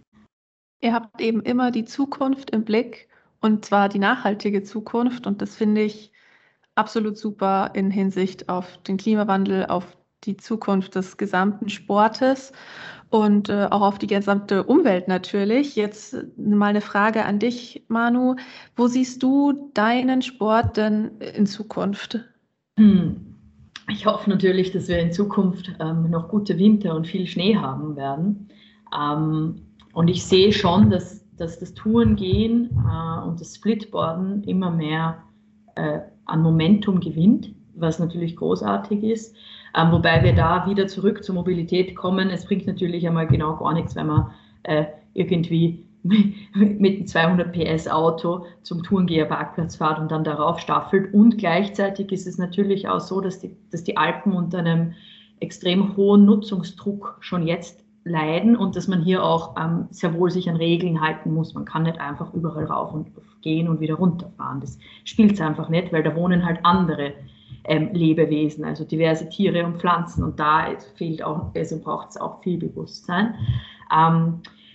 Ihr habt eben immer die Zukunft im Blick und zwar die nachhaltige Zukunft und das finde ich absolut super in Hinsicht auf den Klimawandel, auf die Zukunft des gesamten Sportes und äh, auch auf die gesamte Umwelt natürlich. Jetzt mal eine Frage an dich, Manu. Wo siehst du deinen Sport denn in Zukunft? Hm. Ich hoffe natürlich, dass wir in Zukunft ähm, noch gute Winter und viel Schnee haben werden. Ähm, und ich sehe schon, dass, dass das Tourengehen äh, und das Splitboarden immer mehr äh, an Momentum gewinnt, was natürlich großartig ist. Ähm, wobei wir da wieder zurück zur Mobilität kommen. Es bringt natürlich einmal genau gar nichts, wenn man äh, irgendwie mit einem zweihundert P S Auto zum Tourengeher-Parkplatz fährt und dann darauf staffelt. Und gleichzeitig ist es natürlich auch so, dass die, dass die Alpen unter einem extrem hohen Nutzungsdruck schon jetzt leiden und dass man hier auch ähm, sehr wohl sich an Regeln halten muss. Man kann nicht einfach überall rauf und gehen und wieder runterfahren. Das spielt es einfach nicht, weil da wohnen halt andere ähm, Lebewesen, also diverse Tiere und Pflanzen und da fehlt auch, also braucht es auch viel Bewusstsein. Ähm,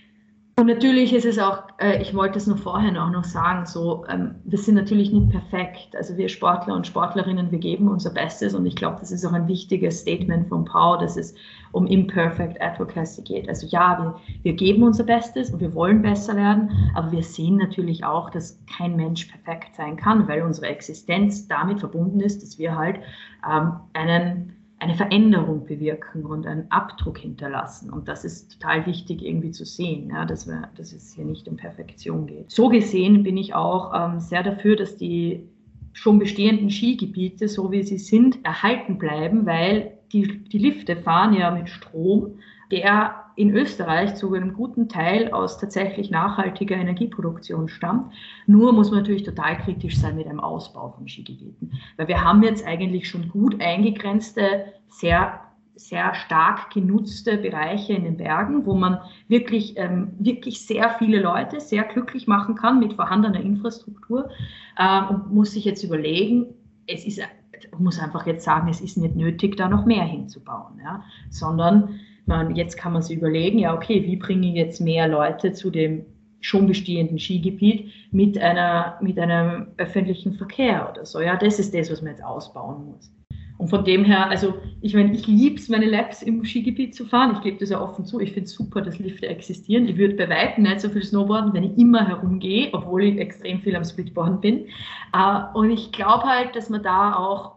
Und natürlich ist es auch, äh, ich wollte es nur vorhin auch noch sagen, so, ähm, wir sind natürlich nicht perfekt. Also wir Sportler und Sportlerinnen, wir geben unser Bestes und ich glaube, das ist auch ein wichtiges Statement von P A U, dass es um Imperfect Advocacy geht. Also ja, wir, wir geben unser Bestes und wir wollen besser werden, aber wir sehen natürlich auch, dass kein Mensch perfekt sein kann, weil unsere Existenz damit verbunden ist, dass wir halt ähm, einen eine Veränderung bewirken und einen Abdruck hinterlassen. Und das ist total wichtig irgendwie zu sehen, ja, dass, wir, dass es hier nicht um Perfektion geht. So gesehen bin ich auch ähm, sehr dafür, dass die schon bestehenden Skigebiete, so wie sie sind, erhalten bleiben, weil die, die Lifte fahren ja mit Strom, der in Österreich zu einem guten Teil aus tatsächlich nachhaltiger Energieproduktion stammt. Nur muss man natürlich total kritisch sein mit einem Ausbau von Skigebieten. Weil wir haben jetzt eigentlich schon gut eingegrenzte, sehr, sehr stark genutzte Bereiche in den Bergen, wo man wirklich, ähm, wirklich sehr viele Leute sehr glücklich machen kann mit vorhandener Infrastruktur ähm, und muss sich jetzt überlegen, es ist, ich muss einfach jetzt sagen, es ist nicht nötig, da noch mehr hinzubauen, ja, sondern man, jetzt kann man sich überlegen, ja okay, wie bringe ich jetzt mehr Leute zu dem schon bestehenden Skigebiet mit, einer, mit einem öffentlichen Verkehr oder so. Ja, das ist das, was man jetzt ausbauen muss. Und von dem her, also ich meine, ich liebe es, meine Labs im Skigebiet zu fahren. Ich gebe das ja offen zu. Ich finde es super, dass Lifte existieren. Ich würde bei weitem nicht so viel Snowboarden, wenn ich immer herumgehe, obwohl ich extrem viel am Splitboarden bin. Und ich glaube halt, dass man da auch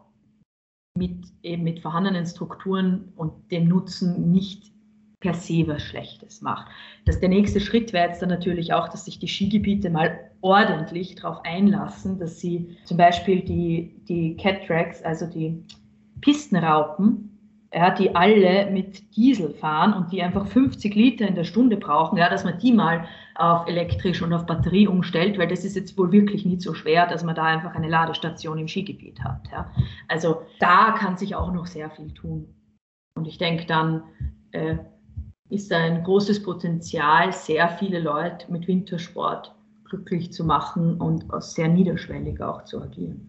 mit, eben mit vorhandenen Strukturen und dem Nutzen nicht per se was Schlechtes macht. Das, der nächste Schritt wäre jetzt dann natürlich auch, dass sich die Skigebiete mal ordentlich darauf einlassen, dass sie zum Beispiel die, die Cat-Tracks, also die Pistenraupen, ja, die alle mit Diesel fahren und die einfach fünfzig Liter in der Stunde brauchen, ja, dass man die mal auf elektrisch und auf Batterie umstellt, weil das ist jetzt wohl wirklich nicht so schwer, dass man da einfach eine Ladestation im Skigebiet hat. Ja. Also da kann sich auch noch sehr viel tun. Und ich denke, dann äh, ist da ein großes Potenzial, sehr viele Leute mit Wintersport glücklich zu machen und sehr niederschwellig auch zu agieren.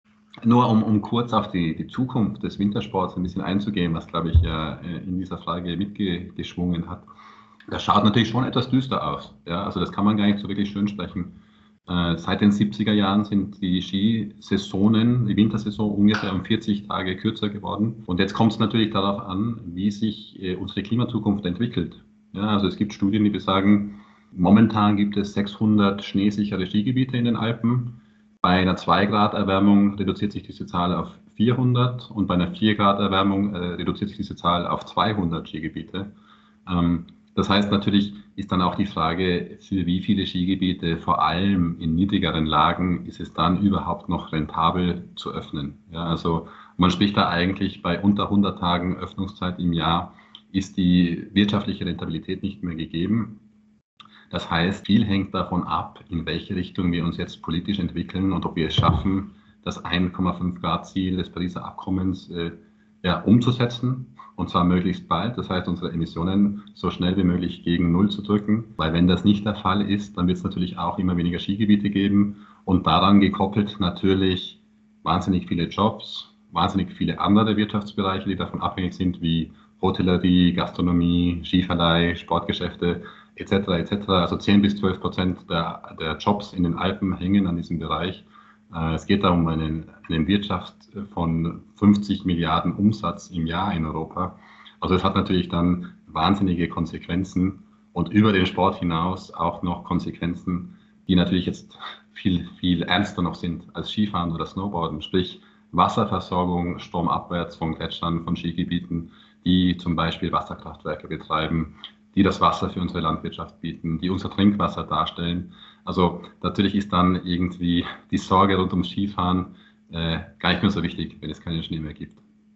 Nur um, um kurz auf die, die Zukunft des Wintersports ein bisschen einzugehen, was, glaube ich, ja in dieser Frage mitgeschwungen hat. Das schaut natürlich schon etwas düster aus. Ja? Also das kann man gar nicht so wirklich schön sprechen. Äh, seit den siebziger Jahren sind die Skisaisonen, die Wintersaison ungefähr um vierzig Tage kürzer geworden. Und jetzt kommt es natürlich darauf an, wie sich äh, unsere Klimazukunft entwickelt. Ja, also es gibt Studien, die besagen, momentan gibt es sechshundert schneesichere Skigebiete in den Alpen. Bei einer zwei Grad Erwärmung reduziert sich diese Zahl auf vierhundert und bei einer vier Grad Erwärmung äh, reduziert sich diese Zahl auf zweihundert Skigebiete. Ähm, das heißt, natürlich ist dann auch die Frage, für wie viele Skigebiete, vor allem in niedrigeren Lagen, ist es dann überhaupt noch rentabel zu öffnen. Ja, also man spricht da eigentlich bei unter hundert Tagen Öffnungszeit im Jahr, ist die wirtschaftliche Rentabilität nicht mehr gegeben. Das heißt, viel hängt davon ab, in welche Richtung wir uns jetzt politisch entwickeln und ob wir es schaffen, das eins Komma fünf Grad Ziel des Pariser Abkommens äh, ja, umzusetzen, und zwar möglichst bald. Das heißt, unsere Emissionen so schnell wie möglich gegen Null zu drücken, weil wenn das nicht der Fall ist, dann wird es natürlich auch immer weniger Skigebiete geben und daran gekoppelt natürlich wahnsinnig viele Jobs, wahnsinnig viele andere Wirtschaftsbereiche, die davon abhängig sind, wie Hotellerie, Gastronomie, Skiverleih, Sportgeschäfte, et cetera et cetera. Also zehn bis zwölf Prozent der, der Jobs in den Alpen hängen an diesem Bereich. Äh, es geht da um eine, eine Wirtschaft von fünfzig Milliarden Umsatz im Jahr in Europa. Also es hat natürlich dann wahnsinnige Konsequenzen und über den Sport hinaus auch noch Konsequenzen, die natürlich jetzt viel, viel ernster noch sind als Skifahren oder Snowboarden, sprich Wasserversorgung stromabwärts von Gletschern, von Skigebieten, die zum Beispiel Wasserkraftwerke betreiben, die das Wasser für unsere Landwirtschaft bieten, die unser Trinkwasser darstellen. Also natürlich ist dann irgendwie die Sorge rund ums Skifahren äh, gar nicht mehr so wichtig, wenn es keinen Schnee mehr gibt.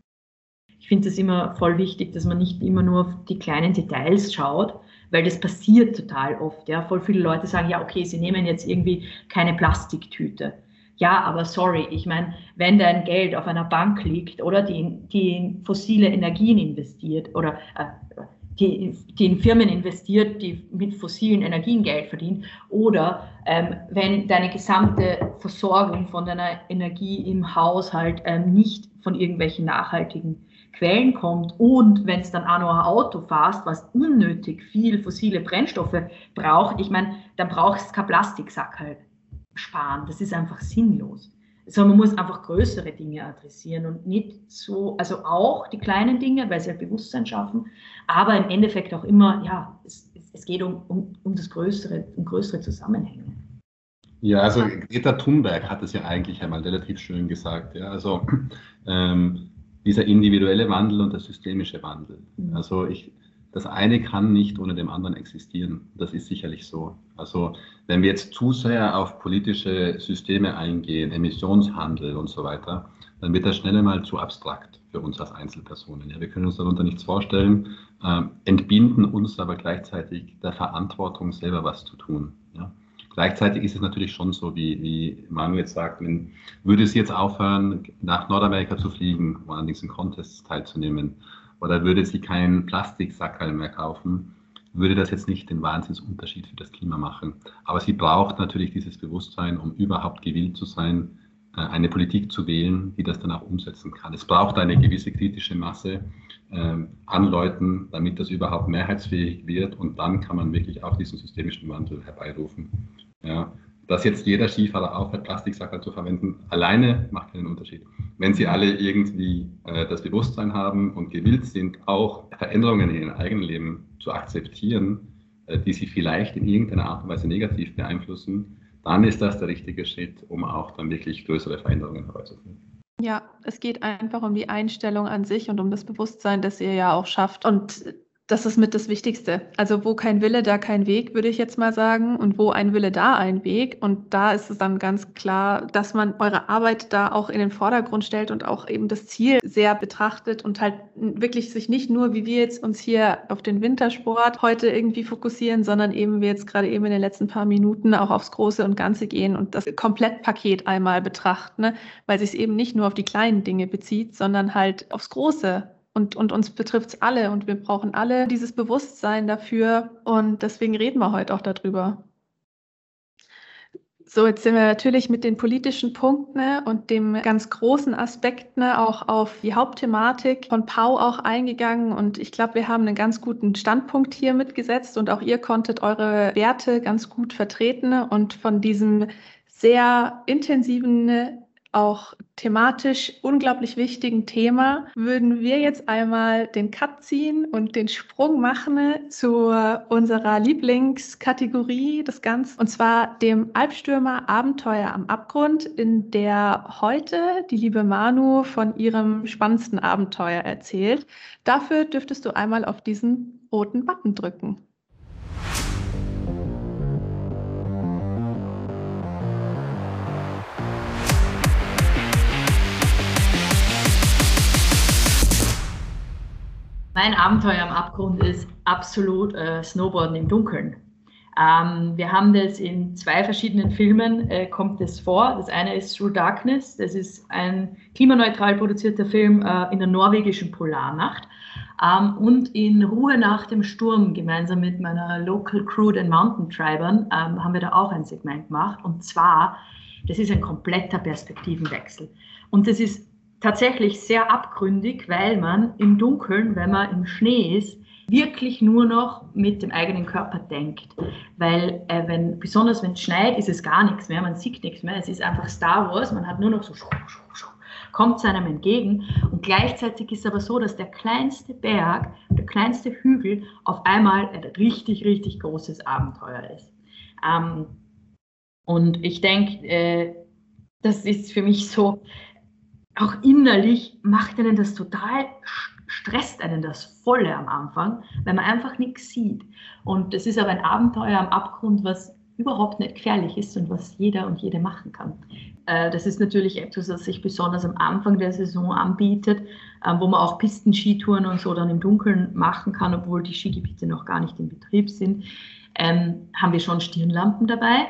Ich finde es immer voll wichtig, dass man nicht immer nur auf die kleinen Details schaut, weil das passiert total oft. Ja. Voll viele Leute sagen, ja okay, sie nehmen jetzt irgendwie keine Plastiktüte. Ja, aber sorry, ich meine, wenn dein Geld auf einer Bank liegt oder die, die in fossile Energien investiert oder äh, die, die in Firmen investiert, die mit fossilen Energien Geld verdienen oder ähm, wenn deine gesamte Versorgung von deiner Energie im Haushalt ähm, nicht von irgendwelchen nachhaltigen Quellen kommt und wenn es dann auch noch ein Auto fährst, was unnötig viel fossile Brennstoffe braucht, ich meine, dann brauchst du kein Plastiksackerl sparen. Das ist einfach sinnlos. Also man muss einfach größere Dinge adressieren und nicht so, also auch die kleinen Dinge, weil sie halt Bewusstsein schaffen, aber im Endeffekt auch immer, ja, es, es geht um, um, um das Größere, um größere Zusammenhänge. Ja, also Greta Thunberg hat es ja eigentlich einmal relativ schön gesagt. Ja, also ähm, dieser individuelle Wandel und der systemische Wandel. Mhm. Also ich Das eine kann nicht ohne dem anderen existieren. Das ist sicherlich so. Also wenn wir jetzt zu sehr auf politische Systeme eingehen, Emissionshandel und so weiter, dann wird das schnell mal zu abstrakt für uns als Einzelpersonen. Ja, wir können uns darunter nichts vorstellen, äh, entbinden uns aber gleichzeitig der Verantwortung, selber was zu tun. Ja. Gleichzeitig ist es natürlich schon so, wie, wie Manu jetzt sagt, wenn, würde es jetzt aufhören, nach Nordamerika zu fliegen, um an diesen Contests teilzunehmen, oder würde sie keinen Plastiksackerl mehr kaufen, würde das jetzt nicht den Wahnsinnsunterschied für das Klima machen. Aber sie braucht natürlich dieses Bewusstsein, um überhaupt gewillt zu sein, eine Politik zu wählen, die das dann auch umsetzen kann. Es braucht eine gewisse kritische Masse äh, an Leuten, damit das überhaupt mehrheitsfähig wird und dann kann man wirklich auch diesen systemischen Wandel herbeirufen. Ja. Dass jetzt jeder Skifahrer aufhört, Plastiksackerl zu verwenden, alleine macht keinen Unterschied. Wenn sie alle irgendwie äh, das Bewusstsein haben und gewillt sind, auch Veränderungen in ihrem eigenen Leben zu akzeptieren, äh, die sie vielleicht in irgendeiner Art und Weise negativ beeinflussen, dann ist das der richtige Schritt, um auch dann wirklich größere Veränderungen herbeizuführen. Ja, es geht einfach um die Einstellung an sich und um das Bewusstsein, das ihr ja auch schafft. Und das ist mit das Wichtigste. Also wo kein Wille, da kein Weg, würde ich jetzt mal sagen. Und wo ein Wille, da ein Weg. Und da ist es dann ganz klar, dass man eure Arbeit da auch in den Vordergrund stellt und auch eben das Ziel sehr betrachtet und halt wirklich sich nicht nur, wie wir jetzt uns hier auf den Wintersport heute irgendwie fokussieren, sondern eben wir jetzt gerade eben in den letzten paar Minuten auch aufs Große und Ganze gehen und das Komplettpaket einmal betrachten, ne? Weil sich es eben nicht nur auf die kleinen Dinge bezieht, sondern halt aufs Große. Und, und uns betrifft es alle und wir brauchen alle dieses Bewusstsein dafür und deswegen reden wir heute auch darüber. So, jetzt sind wir natürlich mit den politischen Punkten ne, und dem ganz großen Aspekt ne, auch auf die Hauptthematik von Pau auch eingegangen und ich glaube, wir haben einen ganz guten Standpunkt hier mitgesetzt und auch ihr konntet eure Werte ganz gut vertreten und von diesem sehr intensiven auch thematisch unglaublich wichtigen Thema, würden wir jetzt einmal den Cut ziehen und den Sprung machen zu unserer Lieblingskategorie des Ganzen, und zwar dem Albstürmer Abenteuer am Abgrund, in der heute die liebe Manu von ihrem spannendsten Abenteuer erzählt. Dafür dürftest du einmal auf diesen roten Button drücken. Mein Abenteuer am Abgrund ist absolut äh, Snowboarden im Dunkeln. Ähm, wir haben das in zwei verschiedenen Filmen, äh, kommt das vor. Das eine ist Through Darkness, das ist ein klimaneutral produzierter Film äh, in der norwegischen Polarnacht. Ähm, und in Ruhe nach dem Sturm, gemeinsam mit meiner Local Crew, den Mountain Tribern, ähm, haben wir da auch ein Segment gemacht. Und zwar, das ist ein kompletter Perspektivenwechsel. Und das ist tatsächlich sehr abgründig, weil man im Dunkeln, wenn man im Schnee ist, wirklich nur noch mit dem eigenen Körper denkt. Weil äh, wenn, besonders wenn es schneit, ist es gar nichts mehr, man sieht nichts mehr, es ist einfach Star Wars, man hat nur noch so, kommt es einem entgegen. Und gleichzeitig ist es aber so, dass der kleinste Berg, der kleinste Hügel auf einmal ein richtig, richtig großes Abenteuer ist. Ähm, und ich denke, äh, das ist für mich so, auch innerlich macht einen das total, stresst einen das volle am Anfang, weil man einfach nichts sieht. Und das ist aber ein Abenteuer am Abgrund, was überhaupt nicht gefährlich ist und was jeder und jede machen kann. Äh, das ist natürlich etwas, das sich besonders am Anfang der Saison anbietet, äh, wo man auch Pisten-Skitouren und so dann im Dunkeln machen kann, obwohl die Skigebiete noch gar nicht in Betrieb sind. Ähm, haben wir schon Stirnlampen dabei,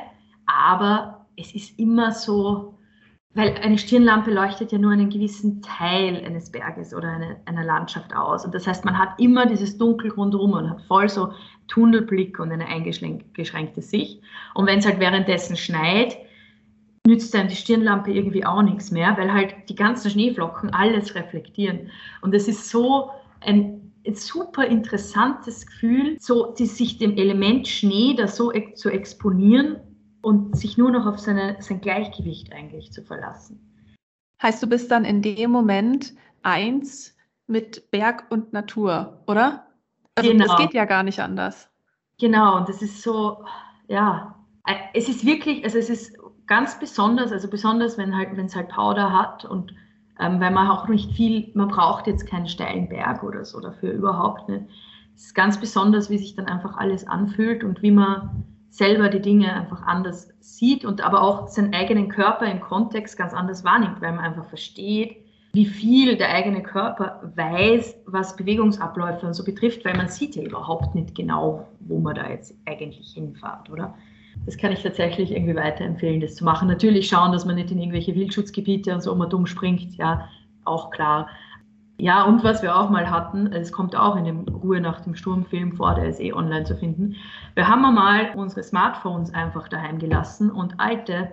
aber es ist immer so, weil eine Stirnlampe leuchtet ja nur einen gewissen Teil eines Berges oder eine, einer Landschaft aus. Und das heißt, man hat immer dieses Dunkel rundherum und hat voll so Tunnelblick und eine eingeschränkte Sicht. Und wenn es halt währenddessen schneit, nützt einem die Stirnlampe irgendwie auch nichts mehr, weil halt die ganzen Schneeflocken alles reflektieren. Und es ist so ein, ein super interessantes Gefühl, so die, sich dem Element Schnee da so ex, zu exponieren und sich nur noch auf seine, sein Gleichgewicht eigentlich zu verlassen. Heißt, du bist dann in dem Moment eins mit Berg und Natur, oder? Also genau. Das geht ja gar nicht anders. Genau, und das ist so, ja, es ist wirklich, also es ist ganz besonders, also besonders, wenn halt, wenn es halt Powder hat und ähm, weil man auch nicht viel, man braucht jetzt keinen steilen Berg oder so dafür, überhaupt nicht. Es ist ganz besonders, wie sich dann einfach alles anfühlt und wie man selber die Dinge einfach anders sieht und aber auch seinen eigenen Körper im Kontext ganz anders wahrnimmt, weil man einfach versteht, wie viel der eigene Körper weiß, was Bewegungsabläufe und so betrifft, weil man sieht ja überhaupt nicht genau, wo man da jetzt eigentlich hinfährt, oder? Das kann ich tatsächlich irgendwie weiterempfehlen, das zu machen. Natürlich schauen, dass man nicht in irgendwelche Wildschutzgebiete und so immer dumm springt, ja, auch klar. Ja, und was wir auch mal hatten, es kommt auch in dem Ruhe nach dem Sturm-Film vor, der ist eh online zu finden. Wir haben mal unsere Smartphones einfach daheim gelassen und alte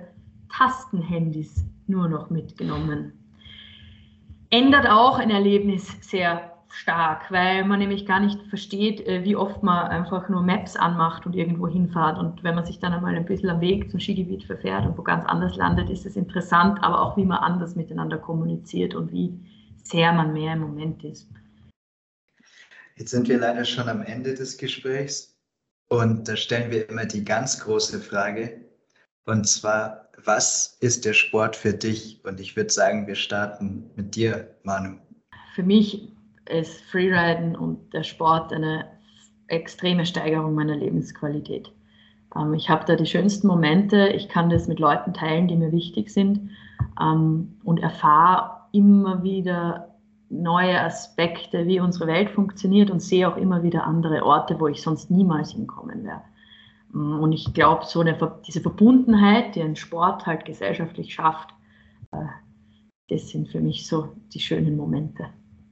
Tastenhandys nur noch mitgenommen. Ändert auch ein Erlebnis sehr stark, weil man nämlich gar nicht versteht, wie oft man einfach nur Maps anmacht und irgendwo hinfährt. Und wenn man sich dann einmal ein bisschen am Weg zum Skigebiet verfährt und wo ganz anders landet, ist es interessant, aber auch wie man anders miteinander kommuniziert und wie sehr man mehr im Moment ist. Jetzt sind wir leider schon am Ende des Gesprächs und da stellen wir immer die ganz große Frage, und zwar, was ist der Sport für dich? Und ich würde sagen, wir starten mit dir, Manu. Für mich ist Freeriden und der Sport eine extreme Steigerung meiner Lebensqualität. Ähm, ich habe da die schönsten Momente, ich kann das mit Leuten teilen, die mir wichtig sind, ähm, und erfahre immer wieder neue Aspekte, wie unsere Welt funktioniert und sehe auch immer wieder andere Orte, wo ich sonst niemals hinkommen wäre. Und ich glaube, so eine, diese Verbundenheit, die ein Sport halt gesellschaftlich schafft, äh, das sind für mich so die schönen Momente.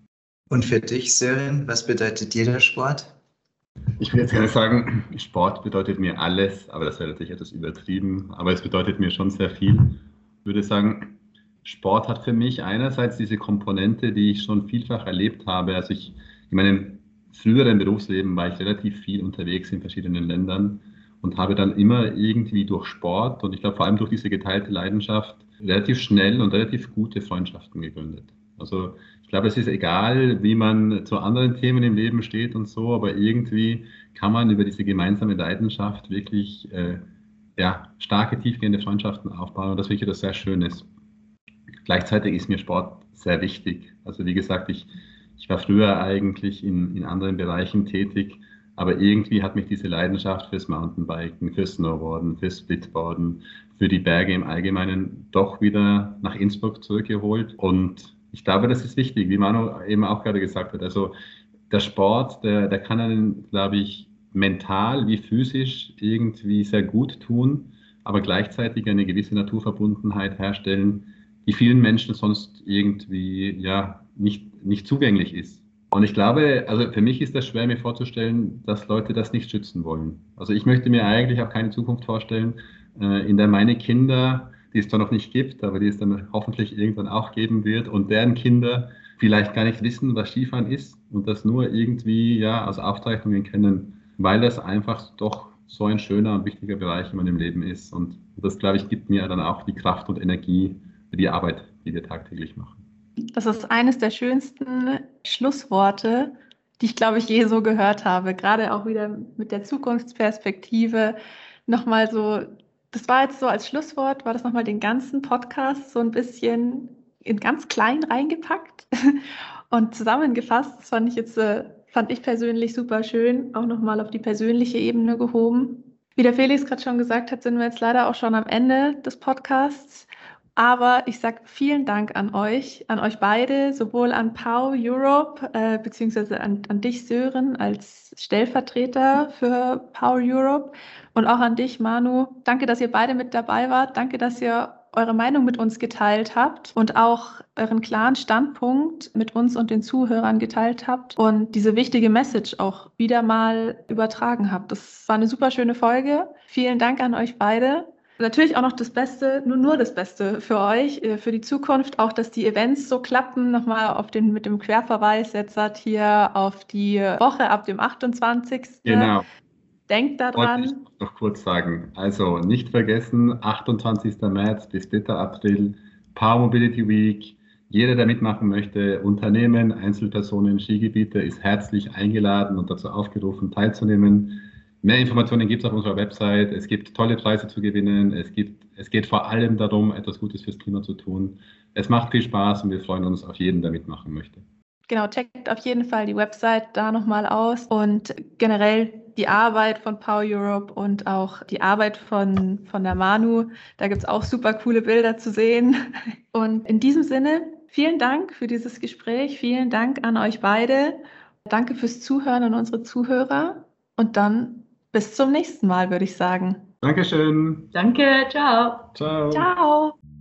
Und für dich, Sören, was bedeutet dir der Sport? Ich würde jetzt gerne sagen, Sport bedeutet mir alles, aber das wäre natürlich etwas übertrieben, aber es bedeutet mir schon sehr viel. Ich würde sagen, Sport hat für mich einerseits diese Komponente, die ich schon vielfach erlebt habe. Also ich, in meinem früheren Berufsleben war ich relativ viel unterwegs in verschiedenen Ländern und habe dann immer irgendwie durch Sport und ich glaube vor allem durch diese geteilte Leidenschaft relativ schnell und relativ gute Freundschaften gegründet. Also ich glaube, es ist egal, wie man zu anderen Themen im Leben steht und so, aber irgendwie kann man über diese gemeinsame Leidenschaft wirklich äh, ja, starke, tiefgehende Freundschaften aufbauen und das finde ich etwas sehr Schönes. Gleichzeitig ist mir Sport sehr wichtig. Also wie gesagt, ich, ich war früher eigentlich in, in anderen Bereichen tätig, aber irgendwie hat mich diese Leidenschaft fürs Mountainbiken, fürs Snowboarden, fürs Splitboarden, für die Berge im Allgemeinen doch wieder nach Innsbruck zurückgeholt und ich glaube, das ist wichtig, wie Manu eben auch gerade gesagt hat. Also der Sport, der, der kann einen, glaube ich, mental wie physisch irgendwie sehr gut tun, aber gleichzeitig eine gewisse Naturverbundenheit herstellen, die vielen Menschen sonst irgendwie ja, nicht, nicht zugänglich ist. Und ich glaube, also für mich ist das schwer, mir vorzustellen, dass Leute das nicht schützen wollen. Also ich möchte mir eigentlich auch keine Zukunft vorstellen, in der meine Kinder, die es zwar noch nicht gibt, aber die es dann hoffentlich irgendwann auch geben wird und deren Kinder vielleicht gar nicht wissen, was Skifahren ist und das nur irgendwie ja aus Aufzeichnungen kennen, weil das einfach doch so ein schöner und wichtiger Bereich in meinem Leben ist. Und das, glaube ich, gibt mir dann auch die Kraft und Energie für die Arbeit, die wir tagtäglich machen. Das ist eines der schönsten Schlussworte, die ich, glaube ich, je so gehört habe. Gerade auch wieder mit der Zukunftsperspektive nochmal so. Das war jetzt so als Schlusswort, war das nochmal den ganzen Podcast so ein bisschen in ganz klein reingepackt und zusammengefasst. Das fand ich jetzt, fand ich persönlich super schön, auch nochmal auf die persönliche Ebene gehoben. Wie der Felix gerade schon gesagt hat, sind wir jetzt leider auch schon am Ende des Podcasts. Aber ich sage vielen Dank an euch, an euch beide, sowohl an P O W Europe, äh, beziehungsweise an, an dich, Sören, als Stellvertreter für P O W Europe und auch an dich, Manu. Danke, dass ihr beide mit dabei wart. Danke, dass ihr eure Meinung mit uns geteilt habt und auch euren klaren Standpunkt mit uns und den Zuhörern geteilt habt und diese wichtige Message auch wieder mal übertragen habt. Das war eine super schöne Folge. Vielen Dank an euch beide. Natürlich auch noch das Beste, nur, nur das Beste für euch, für die Zukunft, auch dass die Events so klappen. Nochmal auf den, mit dem Querverweis jetzt hat hier auf die Woche ab dem achtundzwanzigsten Genau. Denkt daran. Wollte ich noch kurz sagen. Also nicht vergessen, achtundzwanzigsten März bis dritter April, P O W Mobility Week. Jeder, der mitmachen möchte, Unternehmen, Einzelpersonen, Skigebiete, ist herzlich eingeladen und dazu aufgerufen, teilzunehmen. Mehr Informationen gibt es auf unserer Website. Es gibt tolle Preise zu gewinnen. Es gibt, es geht vor allem darum, etwas Gutes fürs Klima zu tun. Es macht viel Spaß und wir freuen uns auf jeden, der mitmachen möchte. Genau, checkt auf jeden Fall die Website da nochmal aus und generell die Arbeit von P O W Europe und auch die Arbeit von, von der Manu. Da gibt es auch super coole Bilder zu sehen. Und in diesem Sinne, vielen Dank für dieses Gespräch. Vielen Dank an euch beide. Danke fürs Zuhören an unsere Zuhörer. Und dann bis zum nächsten Mal, würde ich sagen. Dankeschön. Danke, ciao. Ciao. Ciao.